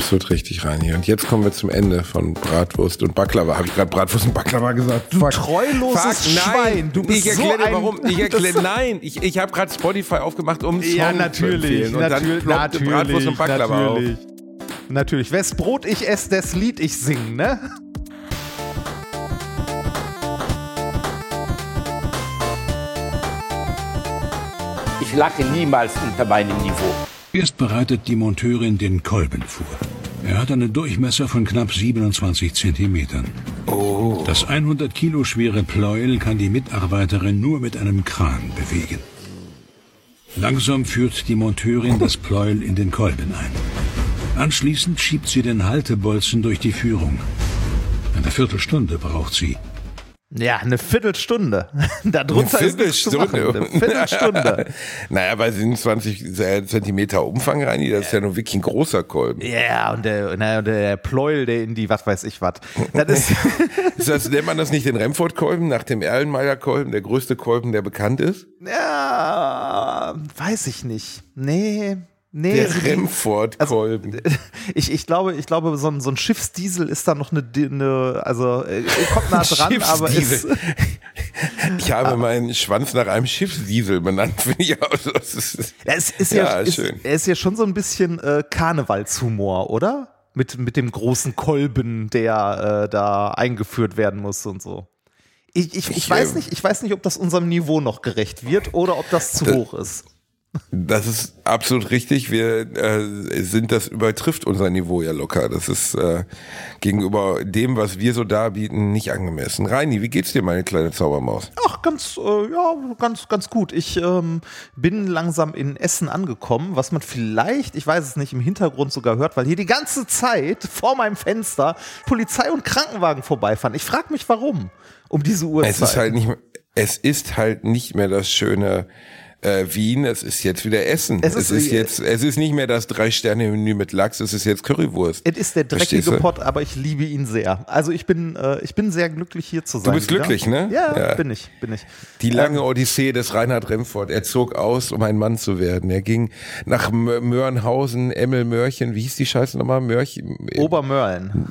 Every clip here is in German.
Absolut richtig, Reini. Und jetzt kommen wir zum Ende von Bratwurst und Baklava. Habe ich gerade Bratwurst und Baklava gesagt? Du treuloses Schwein. Du bist ich erkläre so dir, warum. Nein, ich habe gerade Spotify aufgemacht, um Songs zu empfehlen. Und dann ploppte Bratwurst und Baklava auf. Natürlich. Wes Brot ich esse, des Lied ich sing, ne? Ich lache niemals unter meinem Niveau. Erst bereitet die Monteurin den Kolben vor. Er hat einen Durchmesser von knapp 27 Zentimetern. Oh. Das 100 Kilo schwere Pleuel kann die Mitarbeiterin nur mit einem Kran bewegen. Langsam führt die Monteurin das Pleuel in den Kolben ein. Anschließend schiebt sie den Haltebolzen durch die Führung. Eine Viertelstunde braucht sie. Ja, eine Viertelstunde. Darunter ist nichts zu machen. Eine Viertelstunde. Naja, bei 27 Zentimeter Umfang, Reini, das ist ja nur wirklich ein großer Kolben. Ja, und der Pleuel, der in die, was weiß ich was. Nennt man das nicht den Remford-Kolben nach dem Erlenmeyer-Kolben, der größte Kolben, der bekannt ist? Ja, weiß ich nicht. Nee, der Remford-Kolben. Also, ich glaube, so ein Schiffsdiesel ist da noch kommt nah dran, aber ist. Ich habe meinen Schwanz nach einem Schiffsdiesel benannt, finde ich auch. Es ist schön. Er ist ja schon so ein bisschen Karnevalshumor, oder? Mit dem großen Kolben, der da eingeführt werden muss und so. Ich weiß nicht, ob das unserem Niveau noch gerecht wird oder ob das zu hoch ist. Das ist absolut richtig. Das übertrifft unser Niveau ja locker. Das ist gegenüber dem, was wir so darbieten, nicht angemessen. Reini, wie geht's dir, meine kleine Zaubermaus? Ach, ganz gut. Ich bin langsam in Essen angekommen, was man vielleicht, ich weiß es nicht, im Hintergrund sogar hört, weil hier die ganze Zeit vor meinem Fenster Polizei und Krankenwagen vorbeifahren. Ich frage mich, warum um diese Uhrzeit. Es ist halt nicht mehr das schöne Wien, es ist jetzt wieder Essen. Es ist nicht mehr das 3-Sterne-Menü mit Lachs, es ist jetzt Currywurst. Es ist der dreckige Pott, aber ich liebe ihn sehr. Also ich bin sehr glücklich hier zu sein. Du bist glücklich, ne? Ja, bin ich. Die lange Odyssee des Reinhard Remford. Er zog aus, um ein Mann zu werden. Er ging nach Möhrenhausen, Emmelmörchen, wie hieß die Scheiße nochmal? Obermörlen.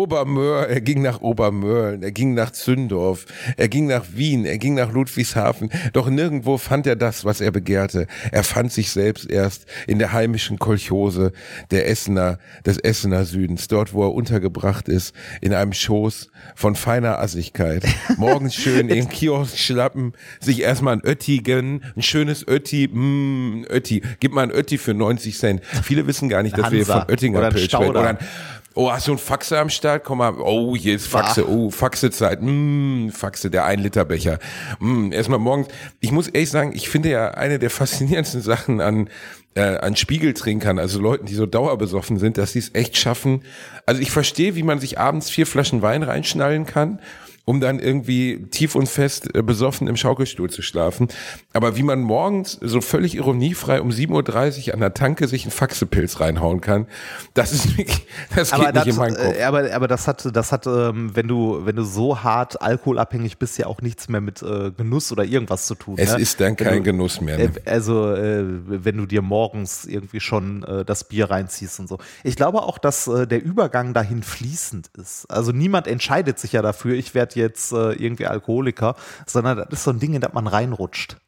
Er ging nach Obermörlen, er ging nach Zündorf, er ging nach Wien, er ging nach Ludwigshafen, doch nirgendwo fand er das, was er begehrte. Er fand sich selbst erst in der heimischen Kolchose des Essener Südens, dort wo er untergebracht ist, in einem Schoß von feiner Assigkeit. Morgens schön im Kiosk schlappen, sich erstmal ein Ötti gönnen, ein schönes Ötti, Ötti, gib mal ein Ötti für 90 Cent. Viele wissen gar nicht, dass wir von Oettinger Pilz sprechen. Oh, hast du einen Faxe am Start? Komm mal. Oh, hier ist Faxe. Oh, Faxezeit. Faxe, der 1-Liter-Becher. Erstmal morgens. Ich muss ehrlich sagen, ich finde ja eine der faszinierendsten Sachen an Spiegeltrinkern, also Leuten, die so dauerbesoffen sind, dass sie es echt schaffen. Also ich verstehe, wie man sich abends 4 Flaschen Wein reinschnallen kann, um dann irgendwie tief und fest besoffen im Schaukelstuhl zu schlafen. Aber wie man morgens so völlig ironiefrei um 7:30 Uhr an der Tanke sich einen Faxepilz reinhauen kann, das geht nicht in meinen Kopf. Aber das hat, wenn du so hart alkoholabhängig bist, ja auch nichts mehr mit Genuss oder irgendwas zu tun. Es ist dann kein Genuss mehr. Ne? Wenn du dir morgens irgendwie schon das Bier reinziehst und so. Ich glaube auch, dass der Übergang dahin fließend ist. Also niemand entscheidet sich ja dafür, ich werde jetzt irgendwie Alkoholiker, sondern das ist so ein Ding, in das man reinrutscht.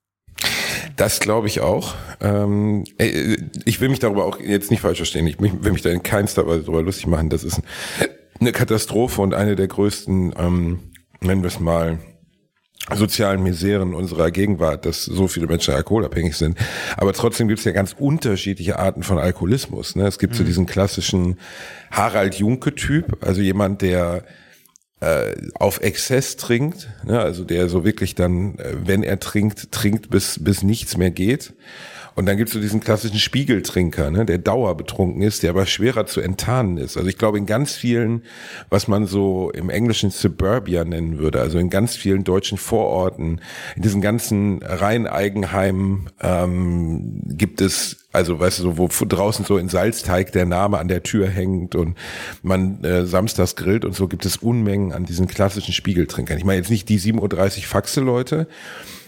Das glaube ich auch. Ich will mich darüber auch jetzt nicht falsch verstehen. Ich will mich da in keinster Weise darüber lustig machen. Das ist eine Katastrophe und eine der größten, nennen wir es mal, sozialen Miseren unserer Gegenwart, dass so viele Menschen alkoholabhängig sind. Aber trotzdem gibt es ja ganz unterschiedliche Arten von Alkoholismus. Ne? Es gibt so diesen klassischen Harald Junke-Typ, also jemand, der auf Exzess trinkt, ne? Also der so wirklich dann, wenn er trinkt bis nichts mehr geht. Und dann gibt's so diesen klassischen Spiegeltrinker, ne, der dauerbetrunken ist, der aber schwerer zu enttarnen ist. Also ich glaube, in ganz vielen, was man so im Englischen Suburbia nennen würde, also in ganz vielen deutschen Vororten, in diesen ganzen Reiheneigenheimen gibt es, also weißt du, so, wo draußen so in Salzteig der Name an der Tür hängt und man samstags grillt und so, gibt es Unmengen an diesen klassischen Spiegeltrinkern. Ich meine jetzt nicht die 7:30 Uhr Faxe-Leute,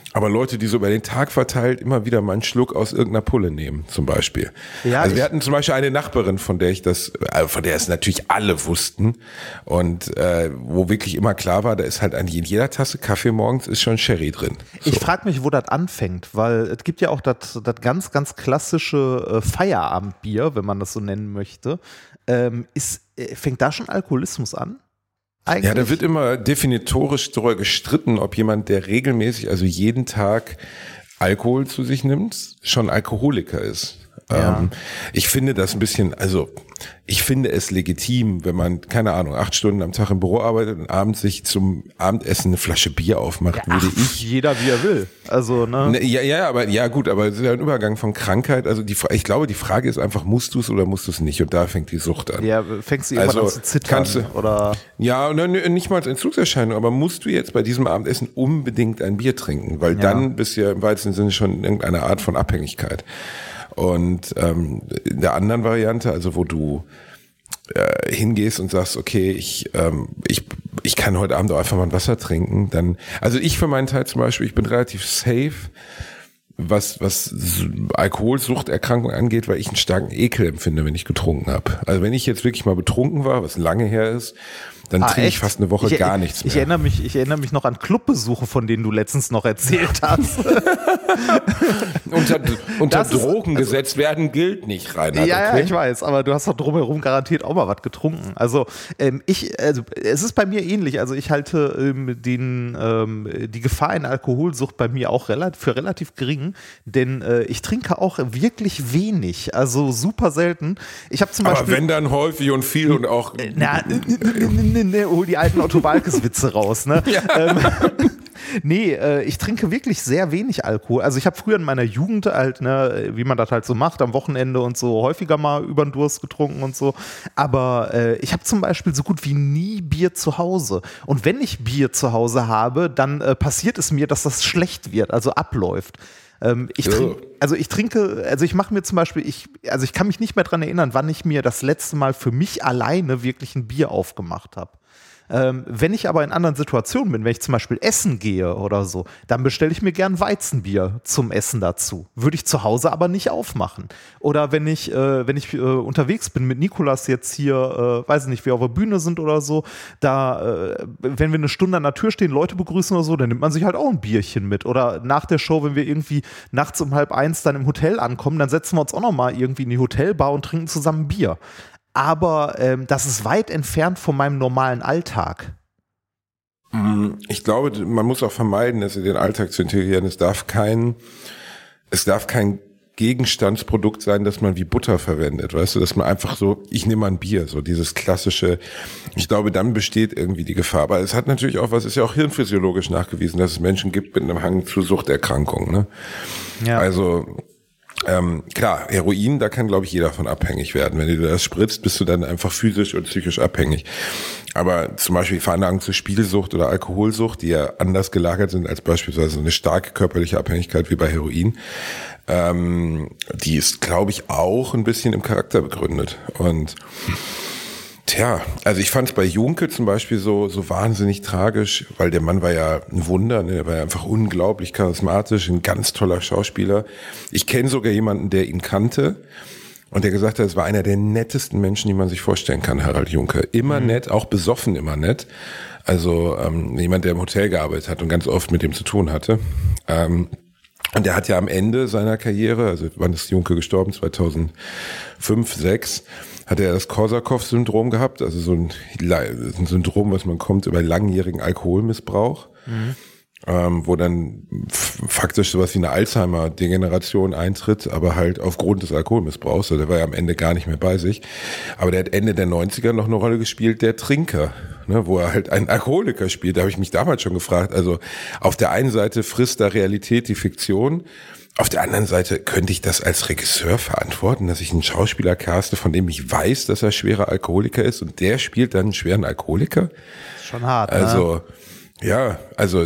Aber Leute, die so über den Tag verteilt immer wieder mal einen Schluck aus irgendeiner Pulle nehmen, zum Beispiel. Ja, also wir hatten zum Beispiel eine Nachbarin, von der es natürlich alle wussten und wo wirklich immer klar war, da ist halt eigentlich in jeder Tasse Kaffee morgens ist schon Sherry drin. So. Ich frage mich, wo das anfängt, weil es gibt ja auch das ganz, ganz klassische Feierabendbier, wenn man das so nennen möchte. Fängt da schon Alkoholismus an? Eigentlich? Ja, da wird immer definitorisch darüber gestritten, ob jemand, der regelmäßig, also jeden Tag Alkohol zu sich nimmt, schon Alkoholiker ist. Ja. Ich finde das ein bisschen, also ich finde es legitim, wenn man, keine Ahnung, 8 Stunden am Tag im Büro arbeitet und abends sich zum Abendessen eine Flasche Bier aufmacht, ja, würde ich. Jeder wie er will. Also, ne? Aber es ist ja ein Übergang von Krankheit. Also ich glaube, die Frage ist einfach, musst du es oder musst du es nicht? Und da fängt die Sucht an. Ja, fängst du irgendwann an zu zittern? Oder? Ja, nicht mal als Entzugserscheinung, aber musst du jetzt bei diesem Abendessen unbedingt ein Bier trinken? Weil dann bist du ja im weitesten Sinne schon in irgendeiner Art von Abhängigkeit. Und in der anderen Variante, also wo du hingehst und sagst, okay, ich kann heute Abend auch einfach mal ein Wasser trinken, dann, also ich für meinen Teil zum Beispiel, ich bin relativ safe, was Alkoholsuchterkrankung angeht, weil ich einen starken Ekel empfinde, wenn ich getrunken habe. Also wenn ich jetzt wirklich mal betrunken war, was lange her ist, dann trinke ich fast eine Woche gar nichts mehr. Ich erinnere mich noch an Clubbesuche, von denen du letztens noch erzählt hast. unter Drogengesetz werden gilt nicht, Reinhard. Ja, ich weiß, aber du hast doch drumherum garantiert auch mal was getrunken. Also es ist bei mir ähnlich. Also ich halte die Gefahr in Alkoholsucht bei mir auch für relativ gering, denn ich trinke auch wirklich wenig, also super selten. Ich habe zum Beispiel. Aber wenn dann häufig und viel und auch. Hol die alten Otto Walkes-Witze raus, ne? Ja. Ich trinke wirklich sehr wenig Alkohol. Also ich habe früher in meiner Jugend halt, ne, wie man das halt so macht, am Wochenende und so häufiger mal über den Durst getrunken und so. Aber ich habe zum Beispiel so gut wie nie Bier zu Hause. Und wenn ich Bier zu Hause habe, dann passiert es mir, dass das schlecht wird, also abläuft. Ich mache mir zum Beispiel, ich kann mich nicht mehr dran erinnern, wann ich mir das letzte Mal für mich alleine wirklich ein Bier aufgemacht habe. Wenn ich aber in anderen Situationen bin, wenn ich zum Beispiel essen gehe oder so, dann bestelle ich mir gern Weizenbier zum Essen dazu. Würde ich zu Hause aber nicht aufmachen. Oder wenn ich unterwegs bin mit Nikolas jetzt hier, weiß ich nicht, wir auf der Bühne sind oder so, wenn wir eine Stunde an der Tür stehen, Leute begrüßen oder so, dann nimmt man sich halt auch ein Bierchen mit. Oder nach der Show, wenn wir irgendwie nachts um 12:30 dann im Hotel ankommen, dann setzen wir uns auch nochmal irgendwie in die Hotelbar und trinken zusammen Bier. Aber das ist weit entfernt von meinem normalen Alltag. Ich glaube, man muss auch vermeiden, dass in den Alltag zu integrieren. Es darf kein Gegenstandsprodukt sein, das man wie Butter verwendet, weißt du, dass man einfach so, ich nehme mal ein Bier, so dieses klassische, ich glaube, dann besteht irgendwie die Gefahr. Aber es hat natürlich auch, ist ja auch hirnphysiologisch nachgewiesen, dass es Menschen gibt mit einem Hang zu Suchterkrankungen, ne? Ja. Also, klar, Heroin, da kann, glaube ich, jeder von abhängig werden. Wenn du das spritzt, bist du dann einfach physisch und psychisch abhängig. Aber zum Beispiel Veranlagung zur Spielsucht oder Alkoholsucht, die ja anders gelagert sind als beispielsweise eine starke körperliche Abhängigkeit wie bei Heroin, die ist, glaube ich, auch ein bisschen im Charakter begründet. Und also ich fand es bei Junke zum Beispiel so wahnsinnig tragisch, weil der Mann war ja ein Wunder, ne? Der war ja einfach unglaublich charismatisch, ein ganz toller Schauspieler. Ich kenne sogar jemanden, der ihn kannte und der gesagt hat, es war einer der nettesten Menschen, die man sich vorstellen kann, Harald Junke. Immer nett, auch besoffen immer nett. Also jemand, der im Hotel gearbeitet hat und ganz oft mit dem zu tun hatte. Und der hat ja am Ende seiner Karriere, also wann ist Junke gestorben? 2005, 2006, hat er das Korsakow-Syndrom gehabt, also so ein Syndrom, was man kommt über langjährigen Alkoholmissbrauch, wo dann faktisch sowas wie eine Alzheimer-Degeneration eintritt, aber halt aufgrund des Alkoholmissbrauchs. Also der war ja am Ende gar nicht mehr bei sich. Aber der hat Ende der 90er noch eine Rolle gespielt, der Trinker, ne, wo er halt einen Alkoholiker spielt. Da habe ich mich damals schon gefragt, also auf der einen Seite frisst da Realität die Fiktion, auf der anderen Seite könnte ich das als Regisseur verantworten, dass ich einen Schauspieler caste, von dem ich weiß, dass er schwerer Alkoholiker ist und der spielt dann einen schweren Alkoholiker? Schon hart, also, ne? Ja, also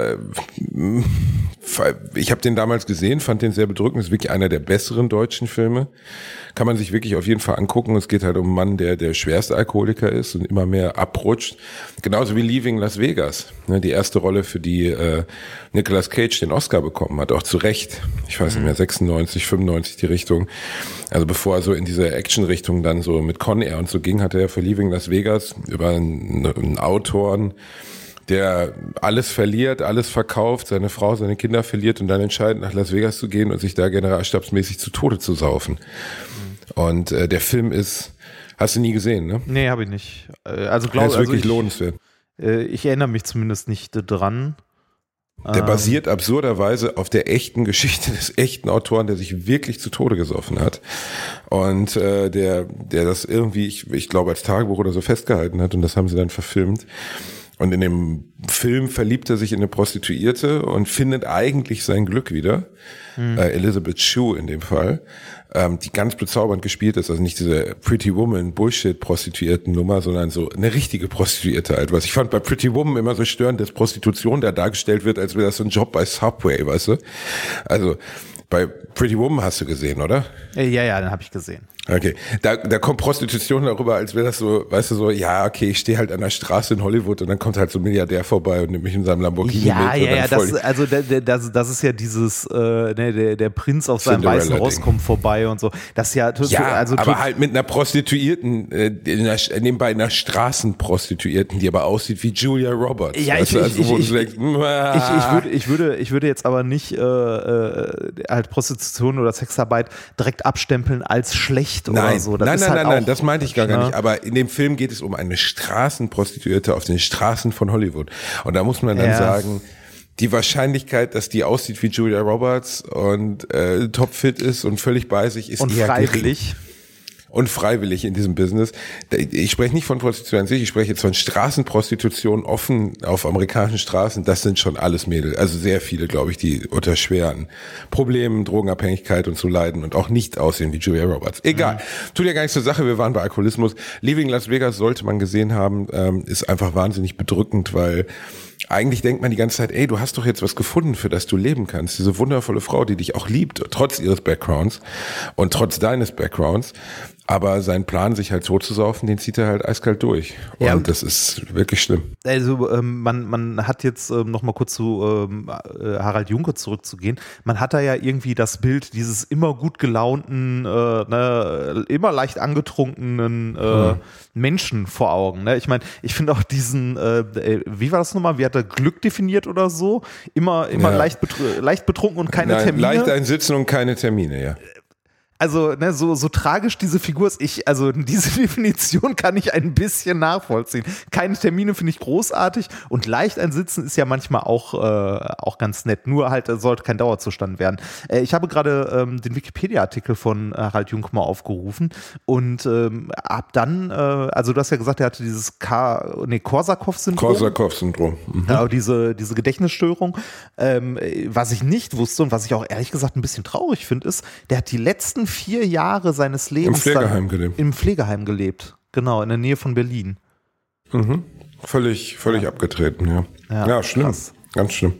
ich habe den damals gesehen, fand den sehr bedrückend. Ist wirklich einer der besseren deutschen Filme. Kann man sich wirklich auf jeden Fall angucken. Es geht halt um einen Mann, der schwerste Alkoholiker ist und immer mehr abrutscht. Genauso wie Leaving Las Vegas. Ne, die erste Rolle, für die Nicolas Cage den Oscar bekommen hat, auch zu Recht. Ich weiß nicht mehr, 96, 95 die Richtung. Also bevor er so in diese Action-Richtung dann so mit Con Air und so ging, hat er für Leaving Las Vegas über einen Autoren, der alles verliert, alles verkauft, seine Frau, seine Kinder verliert und dann entscheidet, nach Las Vegas zu gehen und sich da generalstabsmäßig zu Tode zu saufen. Und der Film hast du nie gesehen, ne? Nee, habe ich nicht. Also glaube ich, wirklich lohnenswert. Ich erinnere mich zumindest nicht dran. Der basiert absurderweise auf der echten Geschichte des echten Autoren, der sich wirklich zu Tode gesoffen hat. Und der das irgendwie, ich glaube, als Tagebuch oder so festgehalten hat und das haben sie dann verfilmt. Und in dem Film verliebt er sich in eine Prostituierte und findet eigentlich sein Glück wieder. Elizabeth Shue in dem Fall, die ganz bezaubernd gespielt ist. Also nicht diese Pretty Woman Bullshit-Prostituierten-Nummer, sondern so eine richtige Prostituierte halt. Was ich fand bei Pretty Woman immer so störend, dass Prostitution da dargestellt wird, als wäre das so ein Job bei Subway, weißt du? Also bei Pretty Woman hast du gesehen, oder? Ja, den habe ich gesehen. Okay, da kommt Prostitution darüber, als wäre das so, weißt du, so, ja, okay, ich stehe halt an der Straße in Hollywood und dann kommt halt so ein Milliardär vorbei und nimmt mich in seinem Lamborghini mit. Das ist ja dieses, der Prinz auf seinem weißen Ross kommt vorbei und so. Das ist ja, aber halt mit einer Prostituierten, nebenbei einer Straßenprostituierten, die aber aussieht wie Julia Roberts. Ja, ich würde jetzt aber nicht halt Prostitution oder Sexarbeit direkt abstempeln als schlecht. Nein, so. Nein, das meinte ich gar nicht. Aber in dem Film geht es um eine Straßenprostituierte auf den Straßen von Hollywood. Und da muss man dann sagen, die Wahrscheinlichkeit, dass die aussieht wie Julia Roberts und topfit ist und völlig bei sich, ist und eher freiwillig. Gering. Und freiwillig in diesem Business. Ich spreche nicht von Prostitution an sich, ich spreche jetzt von Straßenprostitution offen auf amerikanischen Straßen. Das sind schon alles Mädel, also sehr viele, glaube ich, die unter schweren Problemen, Drogenabhängigkeit und so leiden und auch nicht aussehen wie Julia Roberts. Egal, tut ja gar nichts zur Sache, wir waren bei Alkoholismus. Leaving Las Vegas sollte man gesehen haben, ist einfach wahnsinnig bedrückend, weil eigentlich denkt man die ganze Zeit, ey, du hast doch jetzt was gefunden, für das du leben kannst. Diese wundervolle Frau, die dich auch liebt, trotz ihres Backgrounds und trotz deines Backgrounds. Aber sein Plan, sich halt totzusaufen, den zieht er halt eiskalt durch. Und das ist wirklich schlimm. Also man hat jetzt noch mal kurz zu Harald Junke zurückzugehen. Man hat da ja irgendwie das Bild dieses immer gut gelaunten, immer leicht angetrunkenen Menschen vor Augen. Ne? Ich meine, ich finde auch diesen, wie war das nochmal? Wie hat er Glück definiert oder so? Immer leicht betrunken und keine Termine. Leicht einsitzen und keine Termine, ja. Also, ne, so tragisch diese Figur ist, also diese Definition kann ich ein bisschen nachvollziehen. Keine Termine finde ich großartig und leicht einsitzen ist ja manchmal auch ganz nett. Nur halt sollte kein Dauerzustand werden. Ich habe gerade den Wikipedia-Artikel von Harald Junke mal aufgerufen und ab dann, also du hast ja gesagt, er hatte dieses Korsakow-Syndrom. Korsakow-Syndrom. Genau, diese Gedächtnisstörung. Was ich nicht wusste und was ich auch ehrlich gesagt ein bisschen traurig finde, ist, der hat die letzten 4 Jahre seines Lebens im Pflegeheim gelebt. Genau, in der Nähe von Berlin. Mhm. Völlig abgetreten, ja. Ja, schlimm. Krass. Ganz schlimm.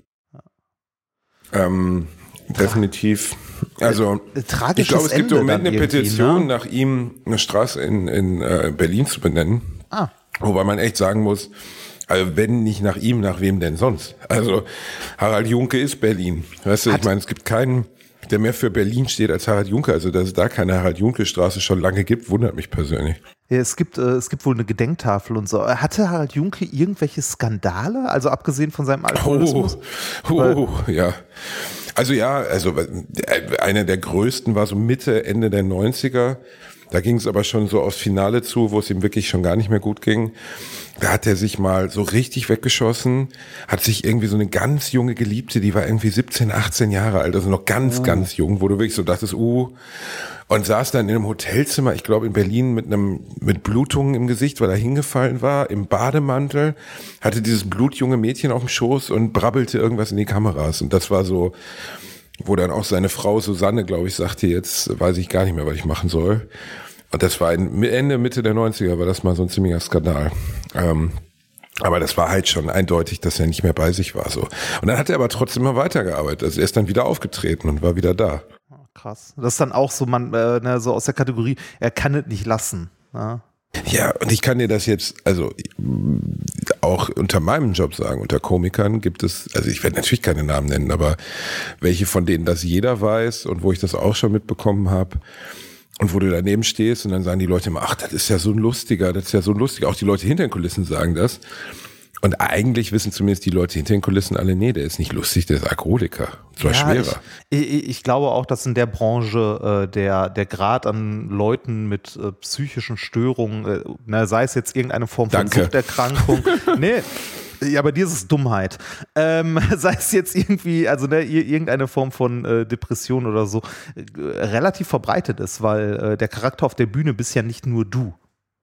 Definitiv. Also, ich glaube, es gibt im Moment eine Petition, nach ihm eine Straße in Berlin zu benennen. Wobei man echt sagen muss, also wenn nicht nach ihm, nach wem denn sonst? Also Harald Junke ist Berlin. Weißt du, ich meine, es gibt keinen, der mehr für Berlin steht als Harald Junke. Also, dass es da keine Harald-Junke-Straße schon lange gibt, wundert mich persönlich. Ja, es gibt wohl eine Gedenktafel und so. Hatte Harald Junke irgendwelche Skandale? Also abgesehen von seinem Alkoholismus? Ja. Also einer der größten war so Mitte, Ende der 90er. Da ging es aber schon so aufs Finale zu, wo es ihm wirklich schon gar nicht mehr gut ging. Da hat er sich mal so richtig weggeschossen, hat sich irgendwie so eine ganz junge Geliebte, die war irgendwie 17, 18 Jahre alt, also noch ganz jung, wo du wirklich so dachtest, und saß dann in einem Hotelzimmer, ich glaube in Berlin, mit Blutungen im Gesicht, weil er hingefallen war, im Bademantel, hatte dieses blutjunge Mädchen auf dem Schoß und brabbelte irgendwas in die Kameras. Und das war so, wo dann auch seine Frau Susanne, glaube ich, sagte, jetzt weiß ich gar nicht mehr, was ich machen soll. Und das war Mitte der 90er, war das mal so ein ziemlicher Skandal. Aber das war halt schon eindeutig, dass er nicht mehr bei sich war. So. Und dann hat er aber trotzdem mal weitergearbeitet. Also er ist dann wieder aufgetreten und war wieder da. Krass. Das ist dann auch so, so aus der Kategorie, er kann es nicht lassen. Ne? Ja, und ich kann dir das jetzt, also auch unter meinem Job sagen, unter Komikern gibt es, also ich werde natürlich keine Namen nennen, aber welche von denen das jeder weiß und wo ich das auch schon mitbekommen habe und wo du daneben stehst und dann sagen die Leute immer, ach, das ist ja so ein Lustiger, auch die Leute hinter den Kulissen sagen das. Und eigentlich wissen zumindest die Leute hinter den Kulissen alle, nee, der ist nicht lustig, der ist Alkoholiker. Das war schwerer. Ich glaube auch, dass in der Branche der Grad an Leuten mit psychischen Störungen, sei es jetzt irgendeine Form von Suchterkrankung, nee, ja, aber dir ist es Dummheit. Sei es jetzt irgendwie, also irgendeine Form von Depression oder so, relativ verbreitet ist, weil der Charakter auf der Bühne bist ja nicht nur du.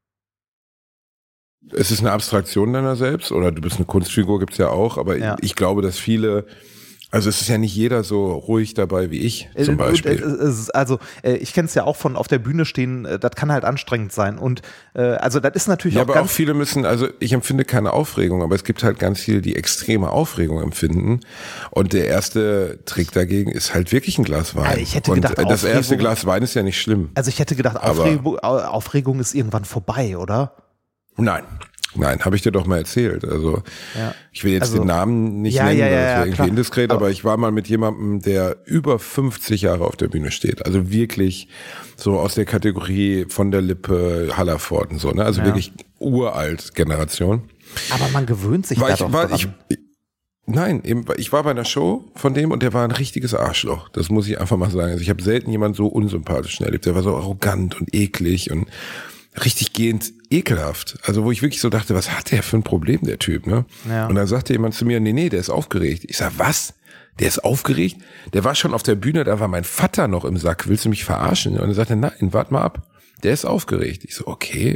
Es ist eine Abstraktion deiner selbst oder du bist eine Kunstfigur, gibt's ja auch, aber ich glaube, dass viele, also es ist ja nicht jeder so ruhig dabei wie ich zum Beispiel. Ich kenne es ja auch von auf der Bühne stehen, das kann halt anstrengend sein und also das ist natürlich auch aber auch viele müssen, also ich empfinde keine Aufregung, aber es gibt halt ganz viele, die extreme Aufregung empfinden und der erste Trick dagegen ist halt wirklich ein Glas Wein. Ich hätte gedacht, und das erste Glas Wein ist ja nicht schlimm. Also ich hätte gedacht, Aufregung ist irgendwann vorbei, oder? Nein, habe ich dir doch mal erzählt. Also ich will jetzt den Namen nicht nennen, das wäre irgendwie indiskret, aber ich war mal mit jemandem, der über 50 Jahre auf der Bühne steht. Also wirklich so aus der Kategorie von der Lippe, Hallervorden und so, ne? Also wirklich uralt Generation. Aber man gewöhnt sich da doch dran. Ich war bei einer Show von dem und der war ein richtiges Arschloch. Das muss ich einfach mal sagen. Also ich habe selten jemanden so unsympathisch erlebt. Der war so arrogant und eklig und richtig gehend ekelhaft. Also wo ich wirklich so dachte, was hat der für ein Problem, der Typ, ne? Ja. Und dann sagte jemand zu mir, nee, der ist aufgeregt. Ich sag, was? Der ist aufgeregt? Der war schon auf der Bühne, da war mein Vater noch im Sack. Willst du mich verarschen? Und er sagte, nein, warte mal ab. Der ist aufgeregt. Ich so, okay,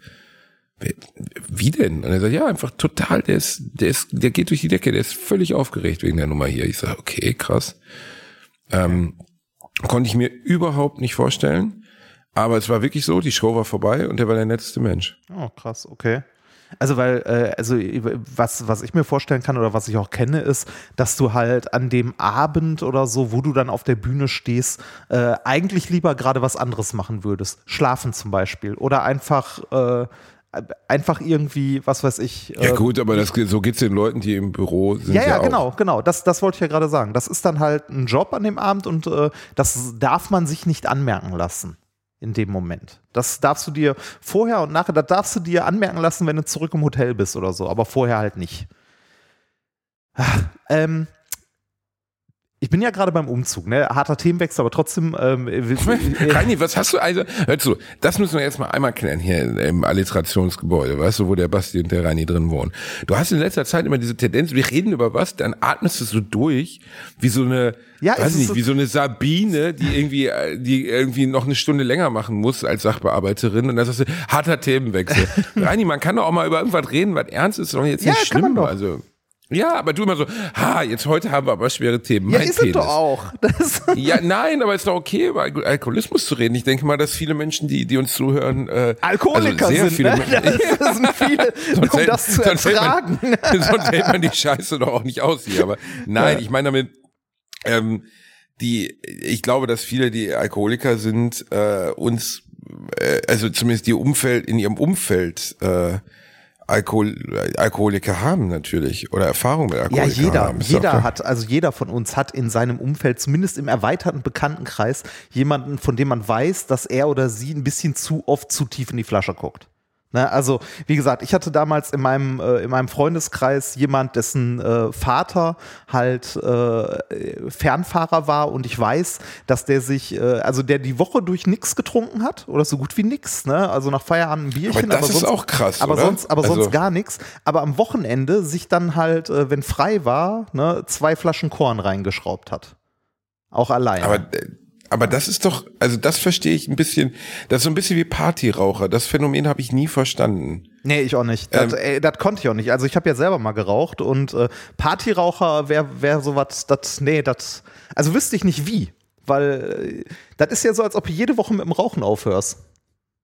wie denn? Und er sagt, ja, einfach total, der geht durch die Decke, der ist völlig aufgeregt wegen der Nummer hier. Ich sag, okay, krass. Konnte ich mir überhaupt nicht vorstellen. Aber es war wirklich so, die Show war vorbei und der war der netteste Mensch. Oh, krass, okay. Also was ich mir vorstellen kann oder was ich auch kenne, ist, dass du halt an dem Abend oder so, wo du dann auf der Bühne stehst, eigentlich lieber gerade was anderes machen würdest. Schlafen zum Beispiel oder einfach irgendwie, was weiß ich. Ja gut, aber so geht's den Leuten, die im Büro sind. Ja, genau. Das wollte ich ja gerade sagen. Das ist dann halt ein Job an dem Abend und das darf man sich nicht anmerken lassen. In dem Moment. Das darfst du dir vorher und nachher, das darfst du dir anmerken lassen, wenn du zurück im Hotel bist oder so, aber vorher halt nicht. Ich bin ja gerade beim Umzug, ne? Harter Themenwechsel, aber trotzdem. Reini, was hast du also? Hör zu, das müssen wir jetzt mal einmal klären hier im Alliterationsgebäude, weißt du, wo der Basti und der Reini drin wohnen. Du hast in letzter Zeit immer diese Tendenz, wir reden über was, dann atmest du so durch, wie so eine, wie so eine Sabine, die irgendwie noch eine Stunde länger machen muss als Sachbearbeiterin und dann sagst du, harter Themenwechsel. Reini, man kann doch auch mal über irgendwas reden, was ernst ist, doch jetzt nicht schlimm, also. Ja, aber du immer so, jetzt heute haben wir aber schwere Themen. Ja, ist es doch auch. Ja, nein, aber ist doch okay, über Alkoholismus zu reden. Ich denke mal, dass viele Menschen, die uns zuhören, Alkoholiker also sehr sind, viele ne? Das sind viele, um das zu ertragen. Sonst hält man die Scheiße doch auch nicht aus hier. Aber nein, ich meine damit, ich glaube, dass viele, die Alkoholiker sind, also zumindest in ihrem Umfeld, Alkoholiker haben natürlich oder Erfahrung mit Alkoholikern haben. Jeder von uns hat in seinem Umfeld, zumindest im erweiterten Bekanntenkreis, jemanden, von dem man weiß, dass er oder sie ein bisschen zu oft zu tief in die Flasche guckt. Ne, also, wie gesagt, ich hatte damals in meinem Freundeskreis jemand, dessen Vater halt Fernfahrer war und ich weiß, dass der sich, der die Woche durch nichts getrunken hat oder so gut wie nichts, ne? Also nach Feierabend ein Bierchen. Aber das ist auch krass, aber oder? Sonst gar nichts. Aber am Wochenende sich dann halt, wenn frei war, ne, 2 Flaschen Korn reingeschraubt hat. Auch alleine. Aber das ist doch, also das verstehe ich ein bisschen, das ist so ein bisschen wie Partyraucher. Das Phänomen habe ich nie verstanden. Nee, ich auch nicht. Das konnte ich auch nicht. Also ich habe ja selber mal geraucht und Partyraucher wäre sowas, also wüsste ich nicht wie. Weil das ist ja so, als ob du jede Woche mit dem Rauchen aufhörst.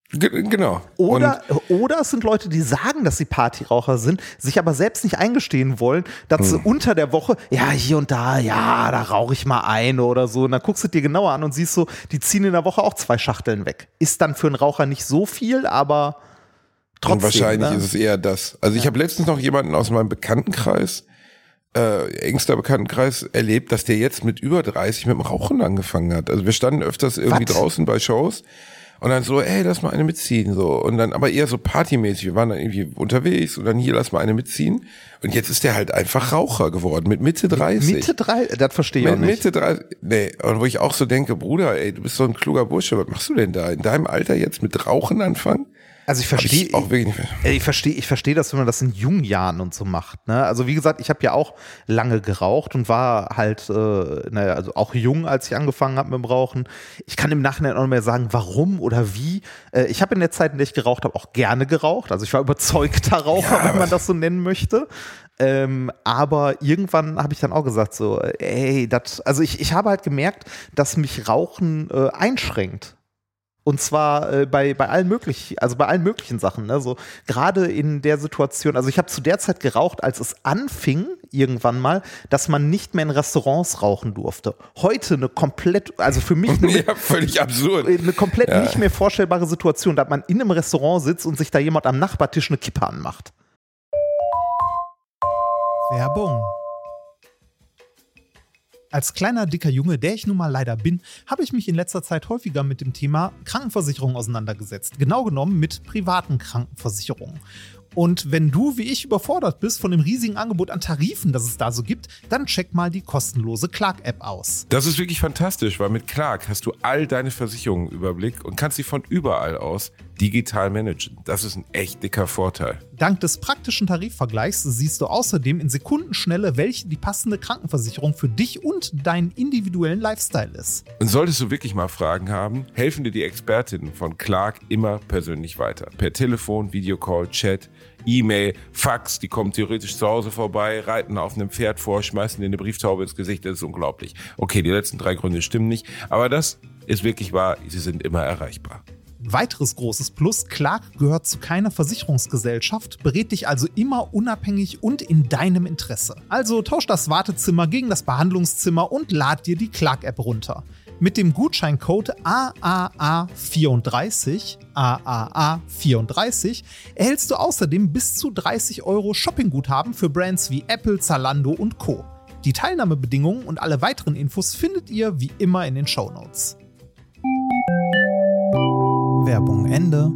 Genau. Oder es sind Leute, die sagen, dass sie Partyraucher sind, sich aber selbst nicht eingestehen wollen, dass sie unter der Woche, ja, hier und da, ja, da rauche ich mal eine oder so. Und dann guckst du dir genauer an und siehst so, die ziehen in der Woche auch 2 Schachteln weg. Ist dann für einen Raucher nicht so viel, aber trotzdem. Und wahrscheinlich ist es eher das. Also ich habe letztens noch jemanden aus meinem Bekanntenkreis, engster Bekanntenkreis, erlebt, dass der jetzt mit über 30 mit dem Rauchen angefangen hat. Also wir standen öfters irgendwie draußen bei Shows. Und dann so, ey, lass mal eine mitziehen, so. Und dann aber eher so partymäßig. Wir waren dann irgendwie unterwegs und dann hier, lass mal eine mitziehen. Und jetzt ist der halt einfach Raucher geworden, mit Mitte 30. Mitte 30? Das verstehe ich auch nicht. Mitte 30, nee. Und wo ich auch so denke, Bruder, ey, du bist so ein kluger Bursche, was machst du denn da? In deinem Alter jetzt mit Rauchen anfangen? Also ich verstehe auch wirklich nicht. Ich verstehe das, wenn man das in jungen Jahren und so macht. Ne? Also wie gesagt, ich habe ja auch lange geraucht und war halt, also auch jung, als ich angefangen habe mit dem Rauchen. Ich kann im Nachhinein auch nicht mehr sagen, warum oder wie. Ich habe in der Zeit, in der ich geraucht habe, auch gerne geraucht. Also ich war überzeugter Raucher, wenn man das so nennen möchte. Aber irgendwann habe ich dann auch gesagt so, ey, also ich habe halt gemerkt, dass mich Rauchen einschränkt. Und zwar bei allen möglichen Sachen. Ne? So, gerade in der Situation, also ich habe zu der Zeit geraucht, als es anfing, irgendwann mal, dass man nicht mehr in Restaurants rauchen durfte. Heute eine komplett, also für mich völlig absurd. Eine komplett nicht mehr vorstellbare Situation, dass man in einem Restaurant sitzt und sich da jemand am Nachbartisch eine Kippe anmacht. Werbung. Als kleiner, dicker Junge, der ich nun mal leider bin, habe ich mich in letzter Zeit häufiger mit dem Thema Krankenversicherung auseinandergesetzt. Genau genommen mit privaten Krankenversicherungen. Und wenn du, wie ich, überfordert bist von dem riesigen Angebot an Tarifen, das es da so gibt, dann check mal die kostenlose Clark-App aus. Das ist wirklich fantastisch, weil mit Clark hast du all deine Versicherungen im Überblick und kannst sie von überall aus digital managen. Das ist ein echt dicker Vorteil. Dank des praktischen Tarifvergleichs siehst du außerdem in Sekundenschnelle, welche die passende Krankenversicherung für dich und deinen individuellen Lifestyle ist. Und solltest du wirklich mal Fragen haben, helfen dir die Expertinnen von Clark immer persönlich weiter. Per Telefon, Videocall, Chat, E-Mail, Fax, die kommen theoretisch zu Hause vorbei, reiten auf einem Pferd vor, schmeißen dir eine Brieftaube ins Gesicht, das ist unglaublich. Okay, die letzten 3 Gründe stimmen nicht, aber das ist wirklich wahr, sie sind immer erreichbar. Weiteres großes Plus, Clark gehört zu keiner Versicherungsgesellschaft, berät dich also immer unabhängig und in deinem Interesse. Also tausch das Wartezimmer gegen das Behandlungszimmer und lad dir die Clark-App runter. Mit dem Gutscheincode AAA34 erhältst du außerdem bis zu 30 € Shoppingguthaben für Brands wie Apple, Zalando und Co. Die Teilnahmebedingungen und alle weiteren Infos findet ihr wie immer in den Shownotes. Werbung Ende.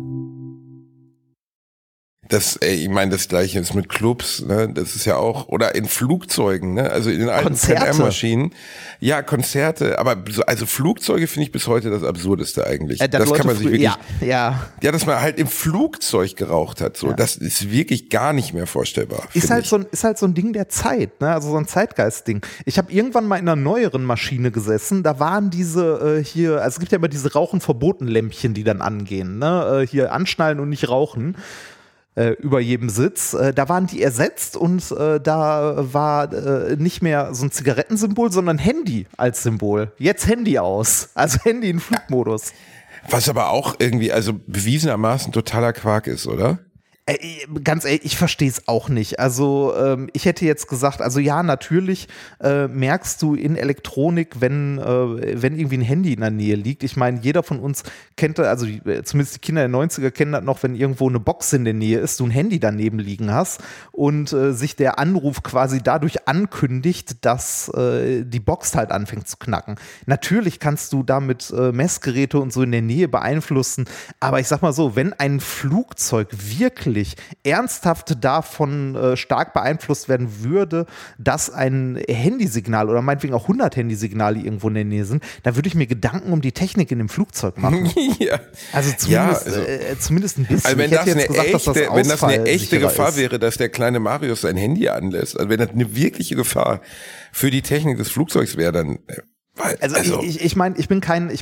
Ich meine, das Gleiche ist mit Clubs, ne? Das ist ja auch, oder in Flugzeugen, ne? Also in den alten ZR-Maschinen. Ja, Konzerte, aber also Flugzeuge finde ich bis heute das Absurdeste eigentlich. Das kann man sich wirklich, ja, dass man halt im Flugzeug geraucht hat, so. Ja. Das ist wirklich gar nicht mehr vorstellbar. Ist halt so ein Ding der Zeit, ne? Also so ein Zeitgeist-Ding. Ich habe irgendwann mal in einer neueren Maschine gesessen, da waren diese also es gibt ja immer diese Rauchen-Verboten-Lämpchen, die dann angehen, ne? Hier anschnallen und nicht rauchen. Über jedem Sitz. Da waren die ersetzt und da war nicht mehr so ein Zigarettensymbol, sondern Handy als Symbol. Jetzt Handy aus. Also Handy in Flugmodus. Was aber auch irgendwie, also bewiesenermaßen totaler Quark ist, oder? Ganz ehrlich, ich verstehe es auch nicht. Also ich hätte jetzt gesagt, also ja, natürlich merkst du in Elektronik, wenn irgendwie ein Handy in der Nähe liegt. Ich meine, jeder von uns kennt, also zumindest die Kinder der 90er kennen das noch, wenn irgendwo eine Box in der Nähe ist, du ein Handy daneben liegen hast und sich der Anruf quasi dadurch ankündigt, dass die Box halt anfängt zu knacken. Natürlich kannst du damit Messgeräte und so in der Nähe beeinflussen, aber ich sag mal so, wenn ein Flugzeug wirklich ernsthaft davon stark beeinflusst werden würde, dass ein Handysignal oder meinetwegen auch 100 Handysignale irgendwo in der Nähe sind, dann würde ich mir Gedanken um die Technik in dem Flugzeug machen. Ja. Also zumindest ein bisschen. Also wenn das eine echte Gefahr wäre, dass der kleine Marius sein Handy anlässt, also wenn das eine wirkliche Gefahr für die Technik des Flugzeugs wäre, dann ich meine, ich bin kein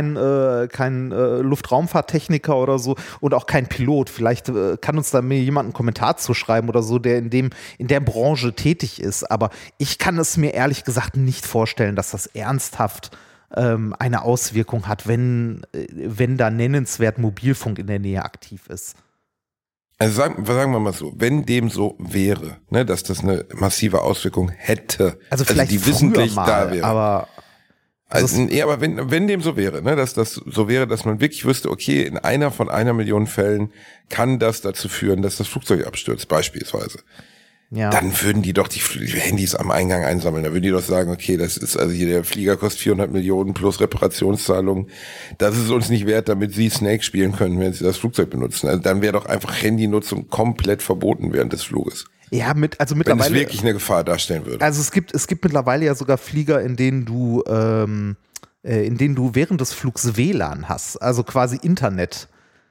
Luftraumfahrttechniker oder so und auch kein Pilot. Vielleicht kann uns da mir jemand einen Kommentar zuschreiben oder so, der in der Branche tätig ist. Aber ich kann es mir ehrlich gesagt nicht vorstellen, dass das ernsthaft eine Auswirkung hat, wenn da nennenswert Mobilfunk in der Nähe aktiv ist. Also sagen wir mal so, wenn dem so wäre, ne, dass das eine massive Auswirkung hätte, also vielleicht die wissentlich mal, da wäre. Aber aber wenn dem so wäre, ne, dass das so wäre, dass man wirklich wüsste, okay, in einer von 1 Million Fällen kann das dazu führen, dass das Flugzeug abstürzt, beispielsweise. Ja. Dann würden die doch die Handys am Eingang einsammeln. Da würden die doch sagen, okay, das ist also hier der Flieger kostet 400 Millionen plus Reparationszahlungen. Das ist uns nicht wert, damit sie Snake spielen können, wenn sie das Flugzeug benutzen. Also dann wäre doch einfach Handynutzung komplett verboten während des Fluges. Ja, mittlerweile. Wenn es wirklich eine Gefahr darstellen würde. Also es gibt mittlerweile ja sogar Flieger, in denen du während des Flugs WLAN hast, also quasi Internet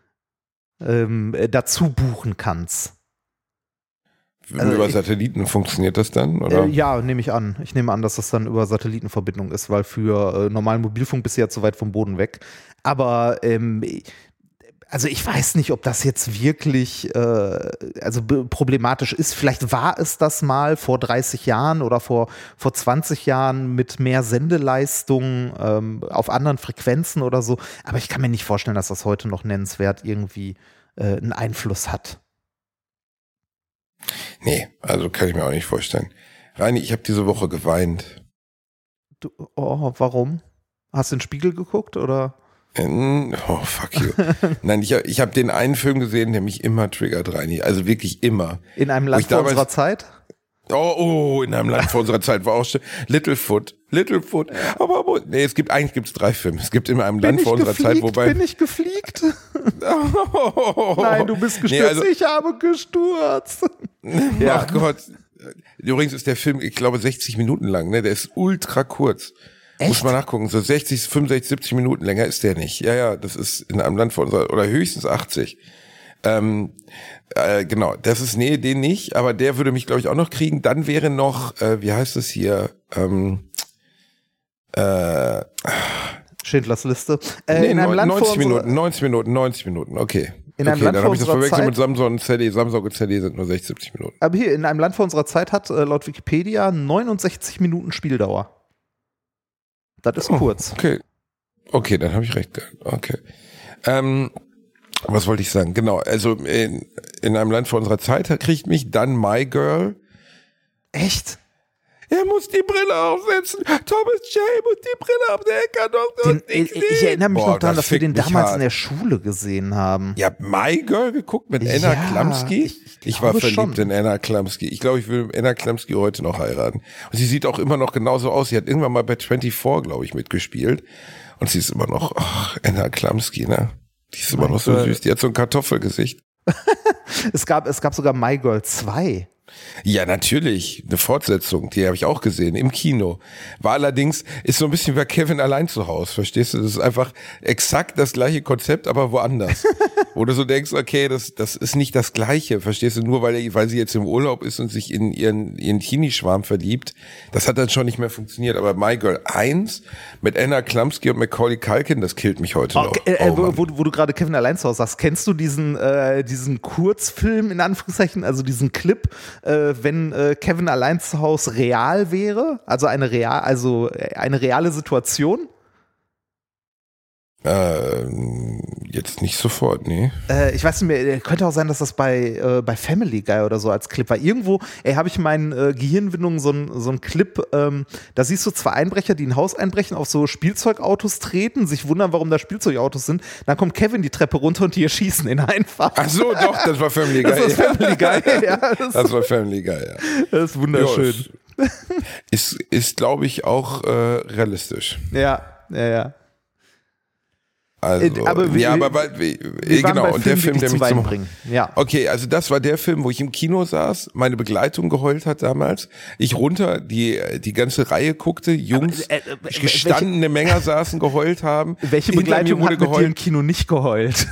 dazu buchen kannst. Also über Satelliten funktioniert das dann, oder? Ja, nehme ich an. Ich nehme an, dass das dann über Satellitenverbindung ist, weil für normalen Mobilfunk bist du ja zu weit vom Boden weg. Aber also ich weiß nicht, ob das jetzt wirklich problematisch ist. Vielleicht war es das mal vor 30 Jahren oder vor 20 Jahren mit mehr Sendeleistung auf anderen Frequenzen oder so. Aber ich kann mir nicht vorstellen, dass das heute noch nennenswert irgendwie einen Einfluss hat. Nee, also kann ich mir auch nicht vorstellen. Reini, ich habe diese Woche geweint. Warum? Hast du in den Spiegel geguckt, oder? Oh, fuck you. Nein, ich hab den einen Film gesehen, der mich immer triggert, Reini. Also wirklich immer. In einem Land vor unserer Zeit? In einem Land vor unserer Zeit war auch schon Littlefoot. Aber nee, eigentlich gibt's 3 Filme. Es gibt in einem Land vor unserer Zeit, wobei. Bin ich gefliegt? Nein, du bist gestürzt. Nee, also, ich habe gestürzt. Ja. Ach Gott. Übrigens ist der Film, ich glaube, 60 Minuten lang, ne? Der ist ultra kurz. Echt? Muss man nachgucken. So 60, 65, 70 Minuten länger ist der nicht. Ja, das ist in einem Land vor unserer, oder höchstens 80. Genau, das ist, nee, den nicht, aber der würde mich, glaube ich, auch noch kriegen. Dann wäre noch, wie heißt es hier, Schindlers Liste. Nee, in einem Land 90 Minuten, okay. In einem Land dann habe ich das verwechselt Zeit? Mit Samsung und CD. Samsung und CD sind nur 60, 70 Minuten. Aber hier, in einem Land vor unserer Zeit hat laut Wikipedia 69 Minuten Spieldauer. Das ist kurz. Okay, dann habe ich recht gehabt. Okay. Was wollte ich sagen? Genau, also in einem Land vor unserer Zeit kriegt mich dann My Girl. Echt? Er muss die Brille aufsetzen. Thomas J. muss die Brille auf, der kann doch nicht Ich erinnere mich noch daran, dass wir den damals in der Schule gesehen haben. Ja, My Girl geguckt mit Anna Klumsky? Ich war verliebt in Anna Klumsky. Ich glaube, ich will Anna Klumsky heute noch heiraten. Und sie sieht auch immer noch genauso aus. Sie hat irgendwann mal bei 24, glaube ich, mitgespielt. Und sie ist immer noch, Anna Klumsky, ne? Die ist immer noch so süß. Die hat so ein Kartoffelgesicht. Es gab sogar My Girl 2. Ja, natürlich. Eine Fortsetzung, die habe ich auch gesehen, im Kino. War allerdings, ist so ein bisschen wie Kevin allein zu Hause, verstehst du? Das ist einfach exakt das gleiche Konzept, aber woanders. Wo du so denkst, okay, das ist nicht das Gleiche, verstehst du? Nur weil sie jetzt im Urlaub ist und sich in ihren Teenie-Schwarm verliebt. Das hat dann schon nicht mehr funktioniert. Aber My Girl 1 mit Anna Klumsky und Macaulay Culkin, das killt mich heute noch. Wo du gerade Kevin allein zu Hause sagst, kennst du diesen Kurzfilm, in Anführungszeichen, also diesen Clip, wenn Kevin allein zu Hause real wäre, also eine reale Situation? Jetzt nicht sofort, nee. Ich weiß nicht mehr, könnte auch sein, dass das bei Family Guy oder so als Clip war. Irgendwo, habe ich in meinen Gehirnwindungen so ein Clip, da siehst du 2 Einbrecher, die ein Haus einbrechen, auf so Spielzeugautos treten, sich wundern, warum da Spielzeugautos sind. Dann kommt Kevin die Treppe runter und die erschießen ihn einfach. Ach so, doch, das war Family Guy. Das war Family Guy, ja. Das war Family Guy, ja. Das ist wunderschön. Ja, ist glaube ich, auch realistisch. Ja. Also, aber genau, und der Film, der mich zum bringen. Ja. Okay, also das war der Film, wo ich im Kino saß, meine Begleitung geheult hat damals, ich runter die ganze Reihe guckte, Jungs, gestandene Männer saßen, geheult haben. Welche Begleitung hat mit dir im Kino nicht geheult?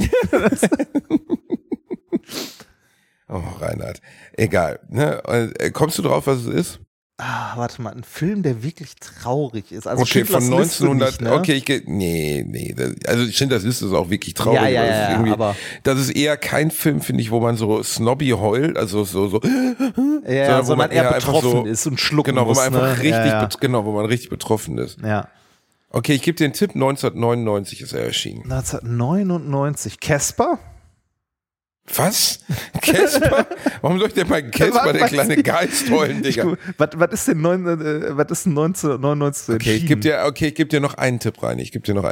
Oh, Reinhard. Egal. Ne? Kommst du drauf, was es ist? Warte mal, ein Film, der wirklich traurig ist. Also okay, von 1900, nicht, ne? Okay, nee, also Schindlers Liste ist auch wirklich traurig. Ja, aber das ist eher kein Film, finde ich, wo man so snobby heult, also so ja, sondern eher betroffen ist und schlucken muss. Genau, wo man einfach richtig, wo man richtig betroffen ist. Ja. Okay, ich gebe dir einen Tipp, 1999 ist er erschienen. 1999. Casper? Was? Casper? Warum soll ich denn mal Casper, der kleine Geist holen, Digga? Was ist denn 1999 Okay, ich gebe dir noch einen Tipp rein.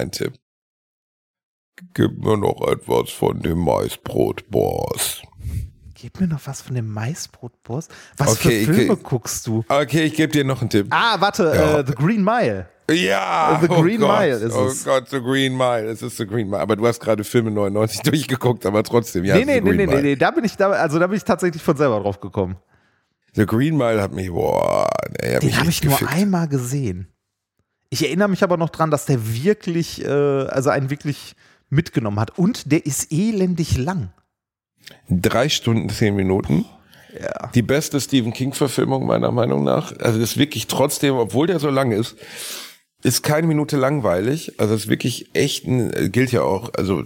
Gib mir noch etwas von dem Maisbrot-Boss. Gib mir noch was von dem Maisbrot-Boss? Was für Filme guckst du? Okay, ich gebe dir noch einen Tipp. Warte, The Green Mile. Ja, The Green Mile ist es. Oh Gott, The Green Mile, es ist The Green Mile. Aber du hast gerade Filme 99 durchgeguckt, aber trotzdem, ja. Nee, da bin ich tatsächlich von selber drauf gekommen. The Green Mile hat mich, den habe ich nur einmal gesehen. Ich erinnere mich aber noch dran, dass der wirklich, einen wirklich mitgenommen hat. Und der ist elendig lang. 3 Stunden, 10 Minuten. Ja. Die beste Stephen King-Verfilmung meiner Meinung nach. Also das ist wirklich trotzdem, obwohl der so lang ist keine Minute langweilig. Also es ist wirklich echt gilt ja auch, also